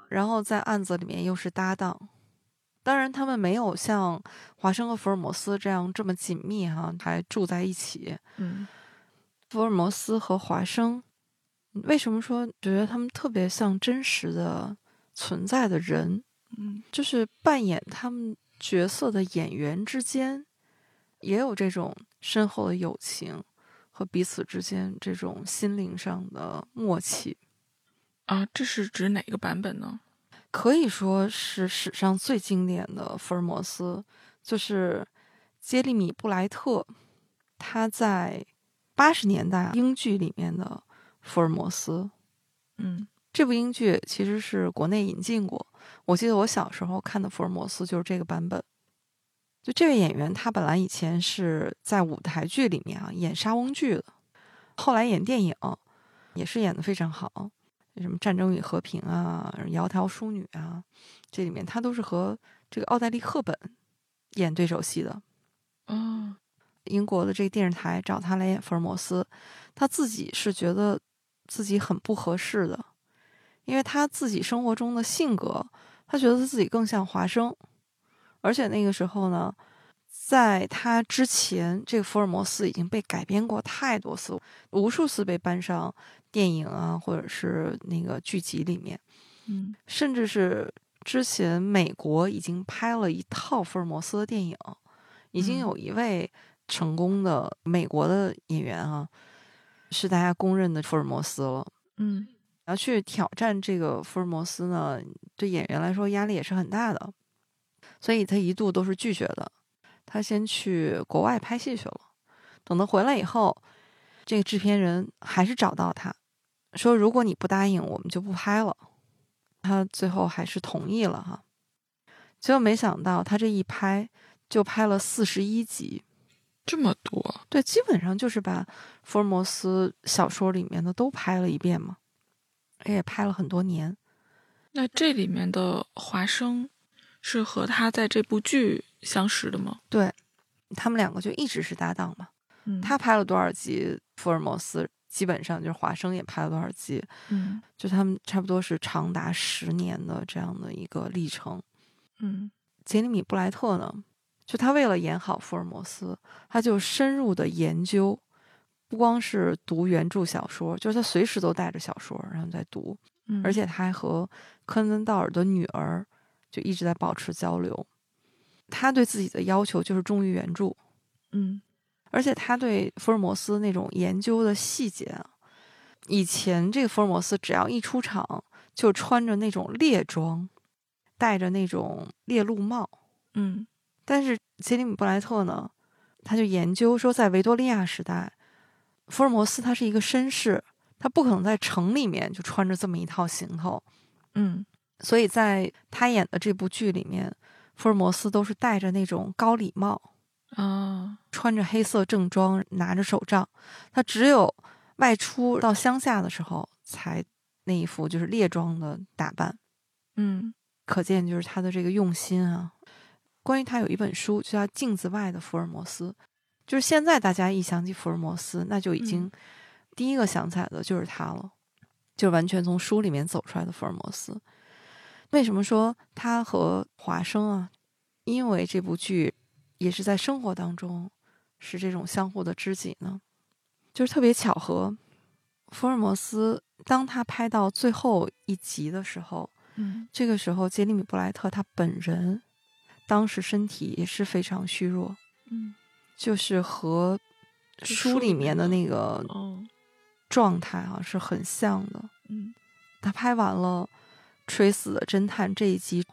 然后在案子里面又是搭档。当然他们没有像华生和福尔摩斯这样这么紧密还住在一起。福尔摩斯和华生为什么说觉得他们特别像真实的存在的人？就是扮演他们角色的演员之间也有这种深厚的友情和彼此之间这种心灵上的默契。 这是指哪个版本呢？ 可以说是史上最经典的福尔摩斯，就是杰里米·布莱特，他在80年代英剧里面的福尔摩斯。这部英剧其实是国内引进过，我记得我小时候看的福尔摩斯就是这个版本。就这位演员，他本来以前是在舞台剧里面演莎翁剧的，后来演电影也是演得非常好，什么《战争与和平》窈窕淑女这里面他都是和这个奥黛丽·赫本演对手戏的。英国的这个电视台找他来演福尔摩斯，他自己是觉得自己很不合适的，因为他自己生活中的性格，他觉得他自己更像华生。而且那个时候呢，在他之前，这个福尔摩斯已经被改编过太多次，无数次被搬上电影或者是那个剧集里面。甚至是之前美国已经拍了一套福尔摩斯的电影，已经有一位成功的美国的演员是大家公认的福尔摩斯了。要去挑战这个福尔摩斯呢，对演员来说压力也是很大的，所以他一度都是拒绝的。他先去国外拍戏去了，等他回来以后，这个制片人还是找到他，说如果你不答应，我们就不拍了。他最后还是同意了结果没想到他这一拍就拍了41集， 这么多。 对，基本上就是把福尔摩斯小说里面的都拍了一遍嘛，而且拍了很多年。 那这里面的华生是和他在这部剧相识的吗？ 对，他们两个就一直是搭档嘛。他拍了多少集福尔摩斯，基本上就是华生也拍了多少集。就他们差不多是长达10年的这样的一个历程。杰里米·布莱特呢，就他为了演好福尔摩斯，他就深入的研究，不光是读原著小说，就是他随时都带着小说然后在读。而且他还和柯南道尔的女儿就一直在保持交流。他对自己的要求就是忠于原著。而且他对福尔摩斯那种研究的细节以前这个福尔摩斯只要一出场就穿着那种猎装，戴着那种猎鹿帽。但是杰里米·布莱特呢，他就研究说，在维多利亚时代，福尔摩斯他是一个绅士，他不可能在城里面就穿着这么一套行头。所以在他演的这部剧里面，福尔摩斯都是戴着那种高礼帽穿着黑色正装，拿着手杖。他只有外出到乡下的时候才那一副就是猎装的打扮。可见就是他的这个用心关于他有一本书就叫《镜子外的福尔摩斯》，就是现在大家一想起福尔摩斯，那就已经第一个想起来的就是他了，就完全从书里面走出来的福尔摩斯。为什么说他和华生因为这部剧也是在生活当中是这种相互的知己呢？就是特别巧合，福尔摩斯当他拍到最后一集的时候，这个时候杰里米·布莱特他本人当时身体也是非常虚弱，就是和书里面的那个状态是很像的。他拍完了垂死的侦探这一集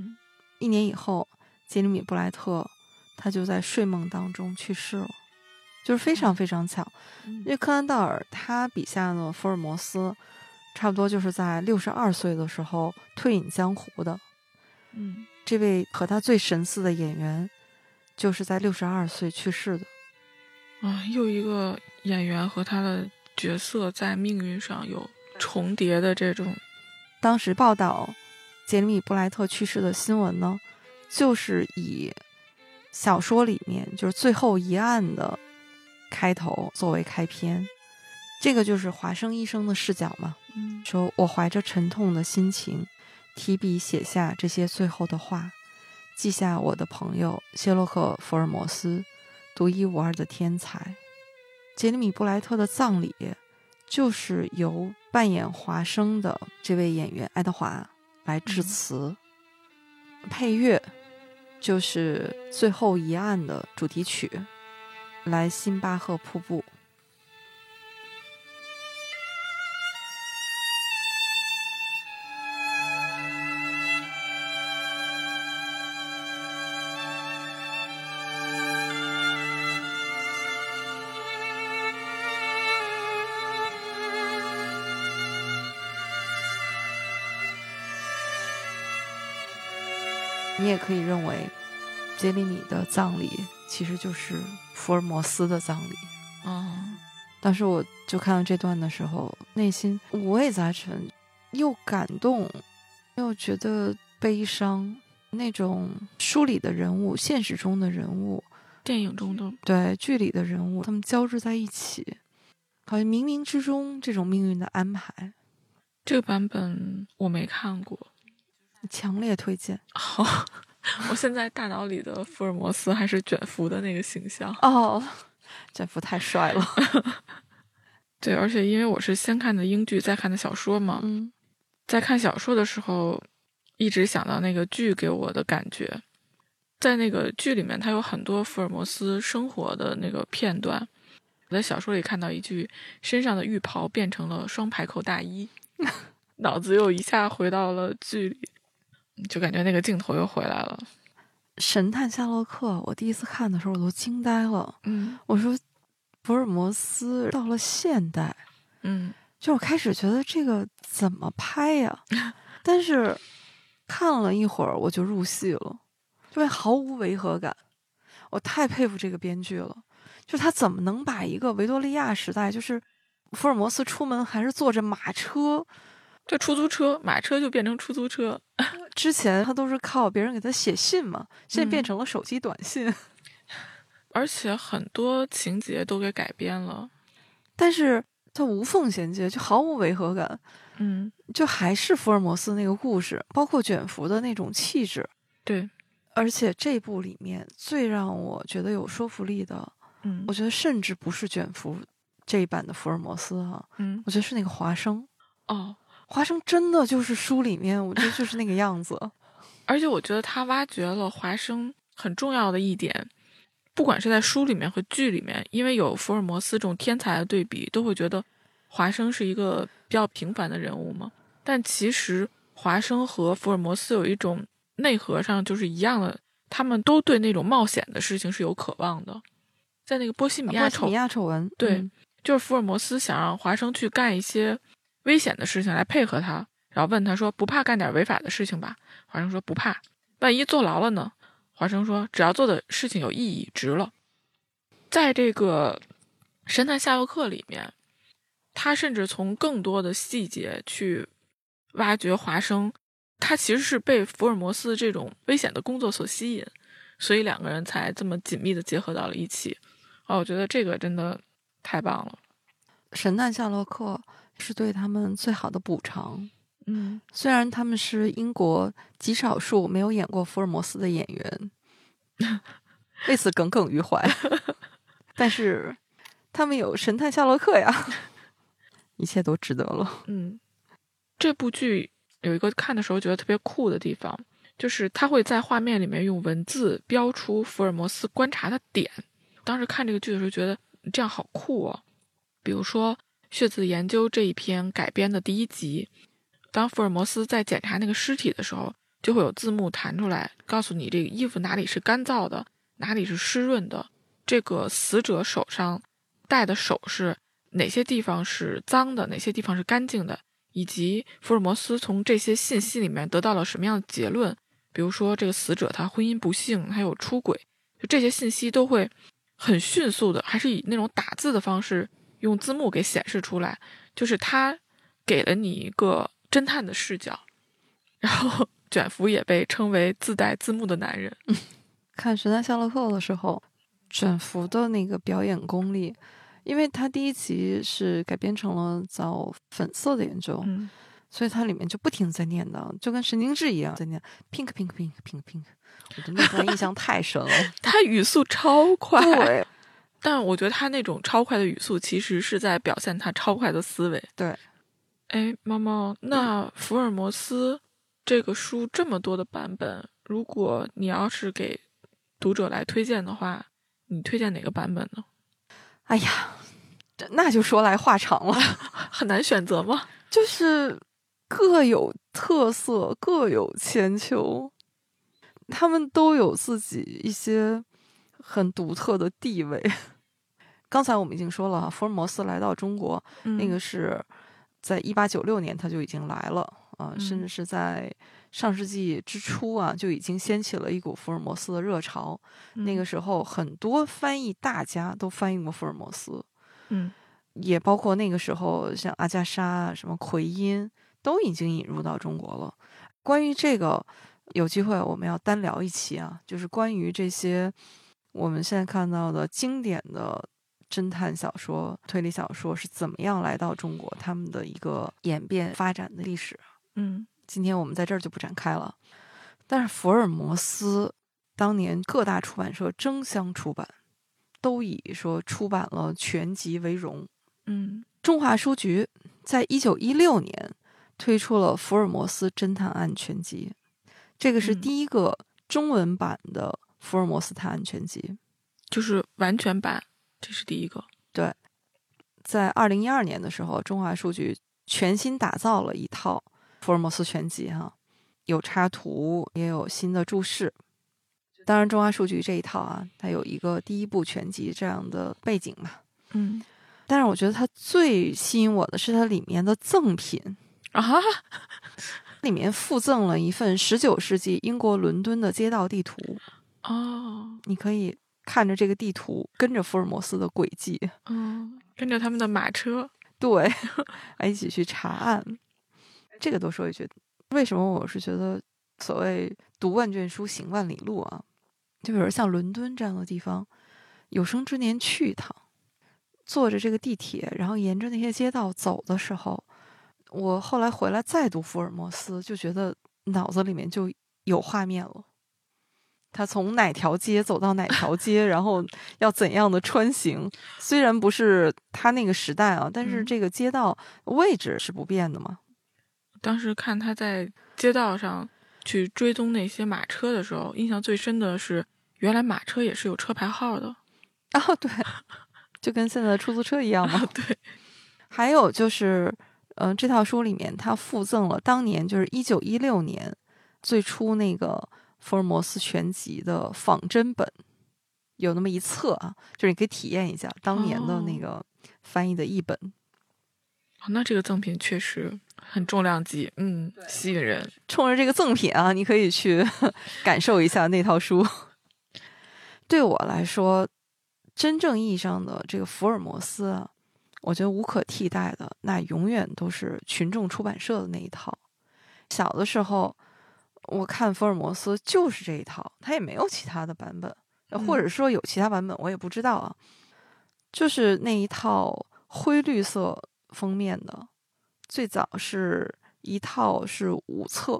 ，1年以后杰里米·布莱特他就在睡梦当中去世了，就是非常非常巧。因为柯南道尔他笔下的福尔摩斯差不多就是在62岁的时候退隐江湖的。这位和他最神似的演员就是在62岁去世的。 又一个演员和他的角色在命运上有重叠的这种。 当时报道杰里米·布莱特去世的新闻呢，就是以小说里面就是最后一案的开头作为开篇。这个就是华生医生的视角嘛，说我怀着沉痛的心情提笔写下这些最后的话，记下我的朋友谢洛克·福尔摩斯独一无二的天才。杰里米·布莱特的葬礼就是由扮演华生的这位演员爱德华来致辞，配乐就是最后一案的主题曲《来辛巴赫瀑布》。你也可以认为杰里米的葬礼其实就是福尔摩斯的葬礼。当时我就看到这段的时候，内心五味杂陈，又感动又觉得悲伤。那种书里的人物，现实中的人物， 电影中的， 对，剧里的人物，他们交织在一起，好像冥冥之中这种命运的安排。 这个版本我没看过， 强烈推荐。 我现在大脑里的福尔摩斯还是卷福的那个形象。 卷福太帅了。 对，而且因为我是先看的英剧再看的小说嘛，在看小说的时候一直想到那个剧给我的感觉。在那个剧里面它有很多福尔摩斯生活的那个片段，我在小说里看到一句身上的浴袍变成了双排扣大衣，脑子又一下回到了剧里，就感觉那个镜头又回来了。 神探夏洛克我第一次看的时候我都惊呆了。我说福尔摩斯到了现代，就我开始觉得这个怎么拍呀？但是看了一会儿我就入戏了，就会毫无违和感。我太佩服这个编剧了，就他怎么能把一个维多利亚时代，就是福尔摩斯出门还是坐着马车， 这出租车，马车就变成出租车。 之前他都是靠别人给他写信嘛，现在变成了手机短信。 而且很多情节都给改编了， 但是它无缝衔接，就毫无违和感。就还是福尔摩斯那个故事，包括卷福的那种气质。 对， 而且这部里面最让我觉得有说服力的，我觉得甚至不是卷福这一版的福尔摩斯我觉得是那个华生。华生真的就是书里面我觉得就是那个样子。 而且我觉得他挖掘了华生很重要的一点，不管是在书里面和剧里面，因为有福尔摩斯这种天才的对比，都会觉得华生是一个比较平凡的人物嘛。但其实华生和福尔摩斯有一种内核上就是一样的，他们都对那种冒险的事情是有渴望的。在那个波西米亚丑闻， 对，就是福尔摩斯想让华生去干一些危险的事情来配合他，然后问他说不怕干点违法的事情吧？华生说不怕。万一坐牢了呢？华生说只要做的事情有意义，值了。在这个神探夏洛克里面，他甚至从更多的细节去挖掘华生，他其实是被福尔摩斯这种危险的工作所吸引，所以两个人才这么紧密的结合到了一起。我觉得这个真的太棒了。 神探夏洛克是对他们最好的补偿。虽然他们是英国极少数没有演过福尔摩斯的演员，为此耿耿于怀，但是他们有神探夏洛克呀，一切都值得了。 这部剧有一个看的时候觉得特别酷的地方，就是他会在画面里面用文字标出福尔摩斯观察的点。当时看这个剧的时候觉得这样好酷哦。比如说血字研究这一篇改编的第1集，当福尔摩斯在检查那个尸体的时候，就会有字幕弹出来告诉你这个衣服哪里是干燥的，哪里是湿润的，这个死者手上戴的首饰哪些地方是脏的，哪些地方是干净的，以及福尔摩斯从这些信息里面得到了什么样的结论。比如说这个死者他婚姻不幸，还有出轨，就这些信息都会很迅速的，还是以那种打字的方式用字幕给显示出来，就是他给了你一个侦探的视角。然后卷福也被称为自带字幕的男人。 看神探夏洛克的时候，卷福的那个表演功力，因为他第1集是改编成了找粉色的研究， 所以它里面就不停在念的，就跟神经质一样在念 pink pink pink pink pink。我对那段印象太深了。 他语速超快， 对， 但我觉得他那种超快的语速其实是在表现他超快的思维。 对， 哎，猫猫，那福尔摩斯这个书这么多的版本，如果你要是给读者来推荐的话，你推荐哪个版本呢？ 哎呀，那就说来话长了。 很难选择吗？ 就是各有特色，各有千秋，他们都有自己一些很独特的地位。刚才我们已经说了，福尔摩斯来到中国，那个是在1896年他就已经来了啊，甚至是在上世纪之初啊，就已经掀起了一股福尔摩斯的热潮。那个时候，很多翻译大家都翻译过福尔摩斯，也包括那个时候像阿加莎、什么奎因都已经引入到中国了。关于这个，有机会我们要单聊一期啊，就是关于这些我们现在看到的经典的侦探小说、推理小说是怎么样来到中国，他们的一个演变发展的历史。今天我们在这儿就不展开了。但是福尔摩斯当年各大出版社争相出版，都以说出版了全集为荣。中华书局在1916年推出了福尔摩斯侦探案全集，这个是第一个中文版的福尔摩斯探案全集， 就是完全版，这是第一个。 对，在2012年的时候，中华书局全新打造了一套福尔摩斯全集有插图，也有新的注释。当然中华书局这一套啊，它有一个第一部全集这样的背景嘛。但是我觉得它最吸引我的是它里面的赠品里面附赠了一份19世纪英国伦敦的街道地图。你可以看着这个地图，跟着福尔摩斯的轨迹， 跟着他们的马车， 对，一起去查案。这个多说一句，为什么我是觉得所谓读万卷书行万里路啊？就比如像伦敦这样的地方，有生之年去一趟，坐着这个地铁，然后沿着那些街道走的时候，我后来回来再读福尔摩斯，就觉得脑子里面就有画面了。他从哪条街走到哪条街，然后要怎样的穿行。虽然不是他那个时代啊，但是这个街道位置是不变的嘛。 当时看他在街道上去追踪那些马车的时候，印象最深的是，原来马车也是有车牌号的。 对，就跟现在的出租车一样嘛。 对。 还有就是，这套书里面它附赠了当年就是1916年最初那个福尔摩斯全集的仿真本，有那么一册啊，就是你可以体验一下当年的那个翻译的译本。 那这个赠品确实很重量级，吸引人。 冲着这个赠品啊，你可以去感受一下那套书。对我来说，真正意义上的这个福尔摩斯啊，我觉得无可替代的，那永远都是群众出版社的那一套。小的时候，我看福尔摩斯就是这一套，它也没有其他的版本，或者说有其他版本，我也不知道啊。就是那一套灰绿色封面的，最早是一套是5册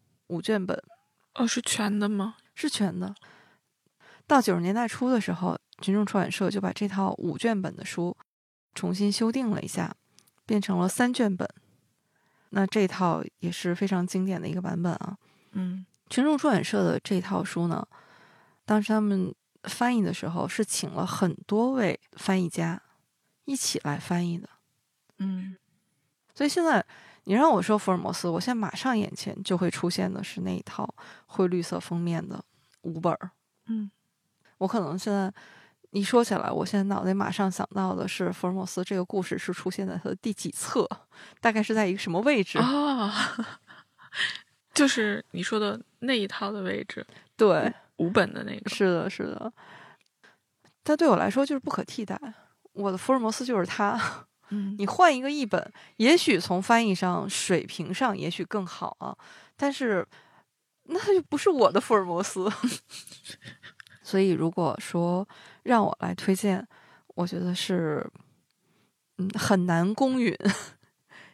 5卷本。 是全的吗？ 是全的。到90年代初的时候，群众出版社就把这套5卷本的书重新修订了一下，变成了3卷本。那这套也是非常经典的一个版本啊。群众出版社的这套书呢，当时他们翻译的时候是请了很多位翻译家一起来翻译的。所以现在你让我说福尔摩斯，我现在马上眼前就会出现的是那一套灰绿色封面的5本。我可能现在一说起来，我现在脑袋马上想到的是福尔摩斯这个故事是出现在它的第几册，大概是在一个什么位置就是你说的那一套的位置。 对 ，5本的那个。 是的，是的。但对我来说就是不可替代，我的福尔摩斯就是他。你换一个译本，也许从翻译上水平上也许更好啊，但是那就不是我的福尔摩斯。所以如果说让我来推荐，我觉得是很难公允，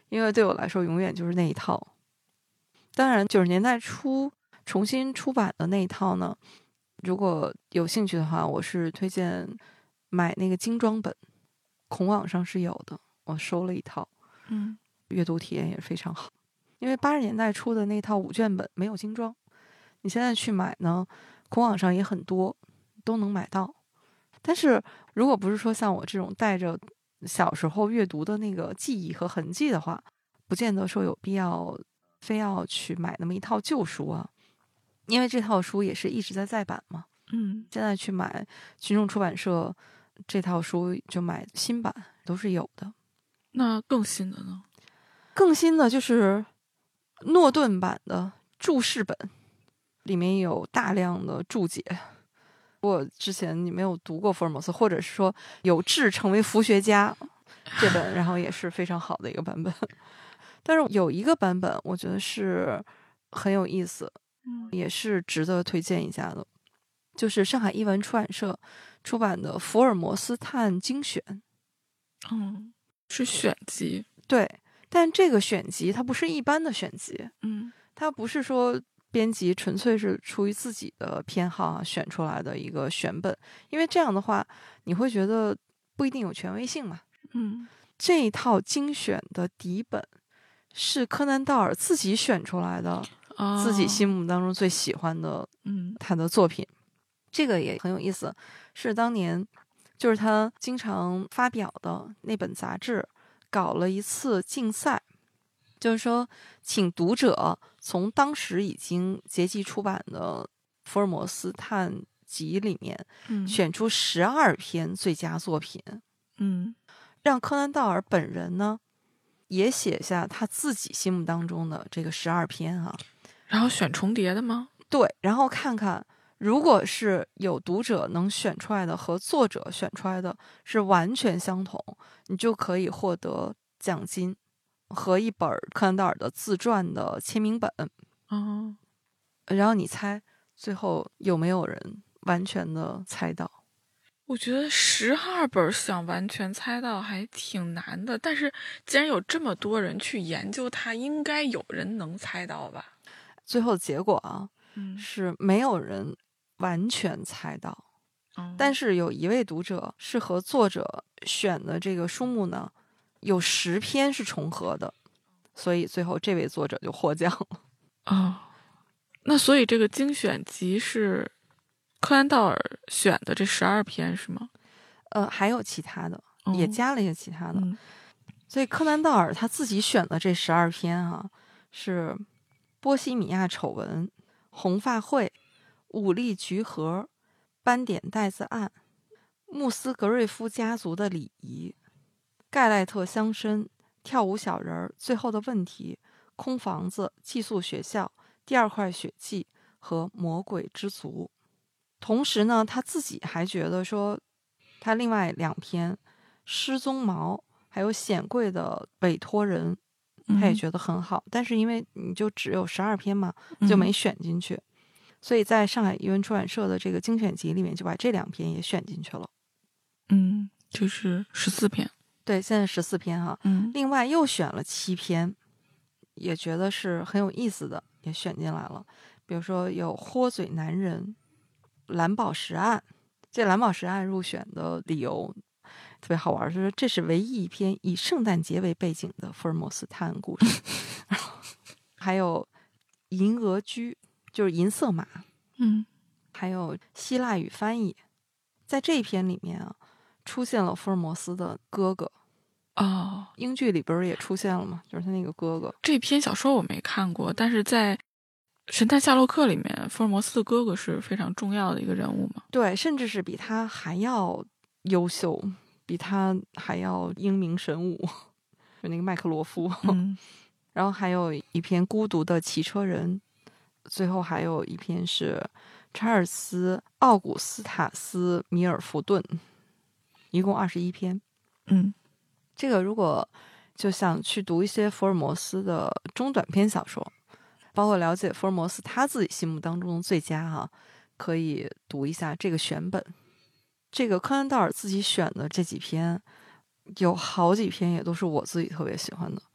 因为对我来说永远就是那一套。当然90年代初重新出版的那一套呢，如果有兴趣的话，我是推荐买那个精装本，孔网上是有的，我收了一套，阅读体验也非常好。因为80年代出的那套5卷本没有精装，你现在去买呢，孔网上也很多，都能买到。但是如果不是说像我这种带着小时候阅读的那个记忆和痕迹的话，不见得说有必要非要去买那么一套旧书啊。因为这套书也是一直在再版嘛。现在去买群众出版社这套书就买新版都是有的。 那更新的呢？ 更新的就是诺顿版的注释本，里面有大量的注解。我之前你没有读过福尔摩斯，或者是说有志成为佛学家这本，然后也是非常好的一个版本。但是有一个版本我觉得是很有意思，也是值得推荐一下的，就是上海译文出版社出版的《福尔摩斯探精选》。 是选集。 对，但这个选集它不是一般的选集，它不是说编辑纯粹是出于自己的偏好选出来的一个选本，因为这样的话你会觉得不一定有权威性嘛。这一套精选的底本是柯南道尔自己选出来的，自己心目当中最喜欢的他的作品。这个也很有意思，是当年就是他经常发表的那本杂志搞了一次竞赛，就是说请读者从当时已经结集出版的福尔摩斯探集里面选出12篇最佳作品，让柯南道尔本人呢也写下他自己心目当中的这个12篇啊， 然后选重叠的吗？ 对，然后看看如果是有读者能选出来的和作者选出来的是完全相同，你就可以获得奖金和一本柯南道尔的自传的签名本。然后你猜最后有没有人完全的猜到？ 我觉得12本想完全猜到还挺难的，但是既然有这么多人去研究它，应该有人能猜到吧？ 最后结果啊，是没有人完全猜到，但是有一位读者是和作者选的这个书目呢有10篇是重合的，所以最后这位作者就获奖了。 那所以这个精选集是柯南道尔选的这12篇是吗？ 还有其他的，也加了一些其他的。所以柯南道尔他自己选的这12篇啊，是波西米亚丑闻、红发会、武力橘盒、斑点袋子案、穆斯格瑞夫家族的礼仪、盖莱特乡绅、跳舞小人、最后的问题、空房子、寄宿学校、第2块血迹和魔鬼之族。同时呢，他自己还觉得说他另外2篇失踪毛还有显贵的委托人他也觉得很好，但是因为你就只有12篇嘛，就没选进去，所以在上海译文出版社的这个精选集里面就把这2篇也选进去了。 就是14篇。 对，现在14篇哈。另外又选了7篇，也觉得是很有意思的，也选进来了。比如说有豁嘴男人、蓝宝石案。这蓝宝石案入选的理由特别好玩，就是这是唯一一篇以圣诞节为背景的福尔摩斯探案故事。还有银鹅居，就是银色马。还有希腊语翻译。在这一篇里面啊，出现了福尔摩斯的哥哥。英剧里边也出现了嘛，就是他那个哥哥。 这篇小说我没看过，但是在神探夏洛克里面，福尔摩斯的哥哥是非常重要的一个人物嘛。 对，甚至是比他还要优秀，比他还要英明神武，就那个麦克罗夫。然后还有一篇孤独的骑车人，最后还有一篇是查尔斯·奥古斯塔斯·米尔福顿，一共21篇。这个如果就想去读一些福尔摩斯的中短篇小说，包括了解福尔摩斯他自己心目当中的最佳可以读一下这个选本。这个柯南道尔自己选的这几篇有好几篇也都是我自己特别喜欢的，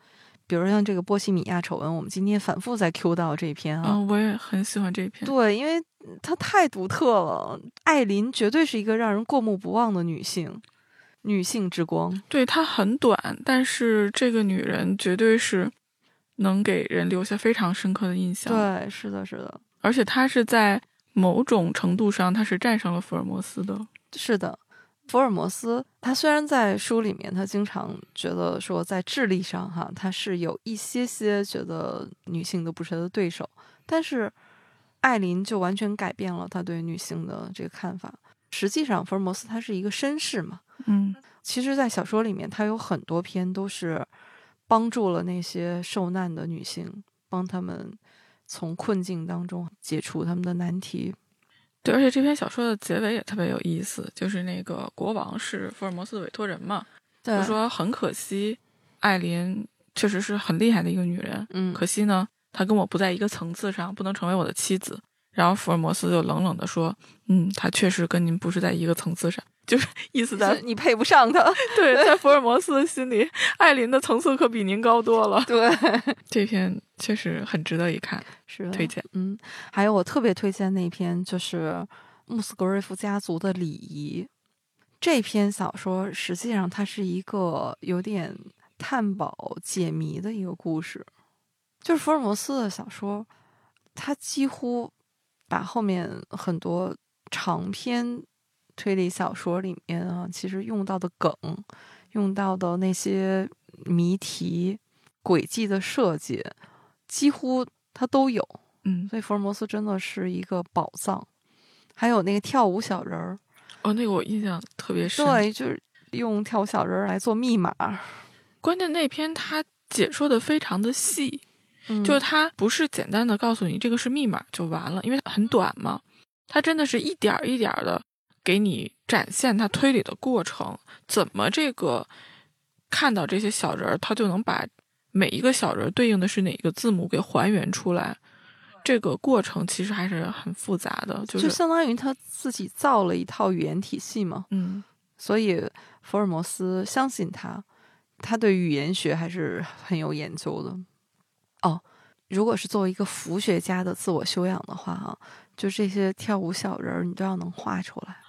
比如像这个波西米亚丑闻，我们今天反复在 Q 到这篇啊。 我也很喜欢这篇。 对，因为它太独特了。艾琳绝对是一个让人过目不忘的女性之光。 对，她很短，但是这个女人绝对是能给人留下非常深刻的印象。 对，是的，是的。 而且她是在某种程度上，她是战胜了福尔摩斯的。 是的。福尔摩斯他虽然在书里面他经常觉得说在智力上他是有一些觉得女性都不是他的对手，但是艾琳就完全改变了他对女性的这个看法。实际上福尔摩斯他是一个绅士嘛，其实在小说里面他有很多篇都是帮助了那些受难的女性，帮他们从困境当中解除他们的难题。 对，而且这篇小说的结尾也特别有意思，就是那个国王是福尔摩斯的委托人嘛，就说很可惜艾琳确实是很厉害的一个女人，可惜呢她跟我不在一个层次上，不能成为我的妻子。然后福尔摩斯就冷冷地说，她确实跟您不是在一个层次上，就是意思在你配不上她。 对，在福尔摩斯的心里，艾琳的层次可比您高多了。 对， 这篇确实很值得一看， 是推荐。 还有我特别推荐那篇就是穆斯格瑞夫家族的礼仪。这篇小说实际上它是一个有点探宝解谜的一个故事，就是福尔摩斯的小说，他几乎把后面很多长篇推理小说里面其实用到的梗，用到的那些谜题、轨迹的设计，几乎他都有。所以福尔摩斯真的是一个宝藏。还有那个跳舞小人儿， 那个我印象特别深。 对，就是用跳舞小人儿来做密码。 关键那篇他解说的非常的细，就是他不是简单的告诉你这个是密码就完了，因为很短嘛，他真的是一点一点的给你展现他推理的过程，怎么这个看到这些小人他就能把每一个小人对应的是哪个字母给还原出来，这个过程其实还是很复杂的，就相当于他自己造了一套语言体系嘛。所以福尔摩斯相信他对语言学还是很有研究的。如果是作为一个服学家的自我修养的话就这些跳舞小人你都要能画出来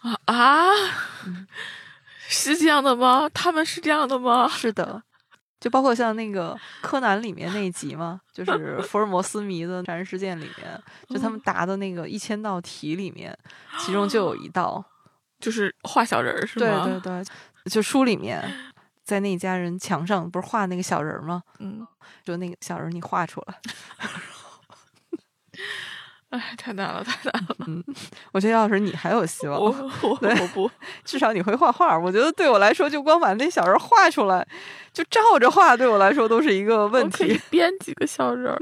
是这样的吗？他们是这样的吗？ 是的，就包括像那个柯南里面那一集嘛，就是福尔摩斯迷的杀人事件里面，就他们答的那个1000道题里面，其中就有一道就是画小人是吗？ 对对对，就书里面在那家人墙上不是画那个小人吗？就那个小人你画出来。 太难了，太难了。 我觉得要是你还有希望。 我不， 至少你会画画。我觉得对我来说，就光把那小人画出来，就照着画，对我来说都是一个问题。 我可以编几个小人。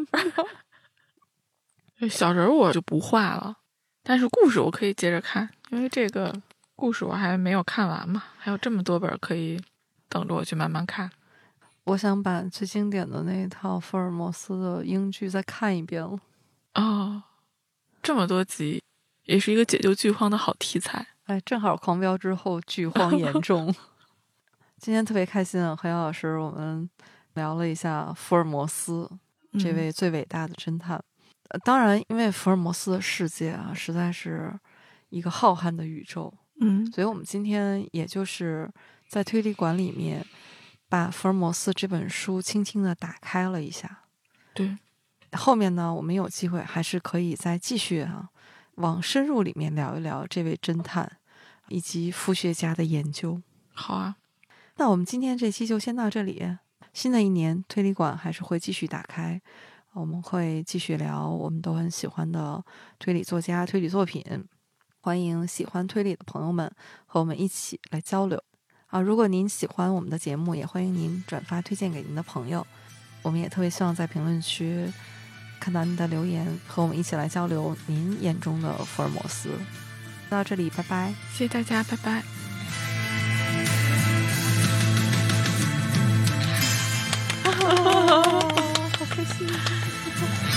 小人我就不画了，但是故事我可以接着看，因为这个故事我还没有看完嘛，还有这么多本可以等着我去慢慢看。 我想把最经典的那一套福尔摩斯的英剧再看一遍了。 这么多集，也是一个解救剧荒的好题材。 正好狂飙之后剧荒严重。今天特别开心和姚老师我们聊了一下福尔摩斯这位最伟大的侦探。当然因为福尔摩斯的世界实在是一个浩瀚的宇宙，所以我们今天也就是在推理馆里面把福尔摩斯这本书轻轻的打开了一下。 对， 后面呢我们有机会还是可以再继续往深入里面聊一聊这位侦探以及复学家的研究。 好啊， 那我们今天这期就先到这里。新的一年推理馆还是会继续打开，我们会继续聊我们都很喜欢的推理作家、推理作品。欢迎喜欢推理的朋友们和我们一起来交流如果您喜欢我们的节目，也欢迎您转发推荐给您的朋友。我们也特别希望在评论区看到您的留言，和我们一起来交流您眼中的福尔摩斯。到这里，拜拜， 谢谢大家，拜拜。 好开心。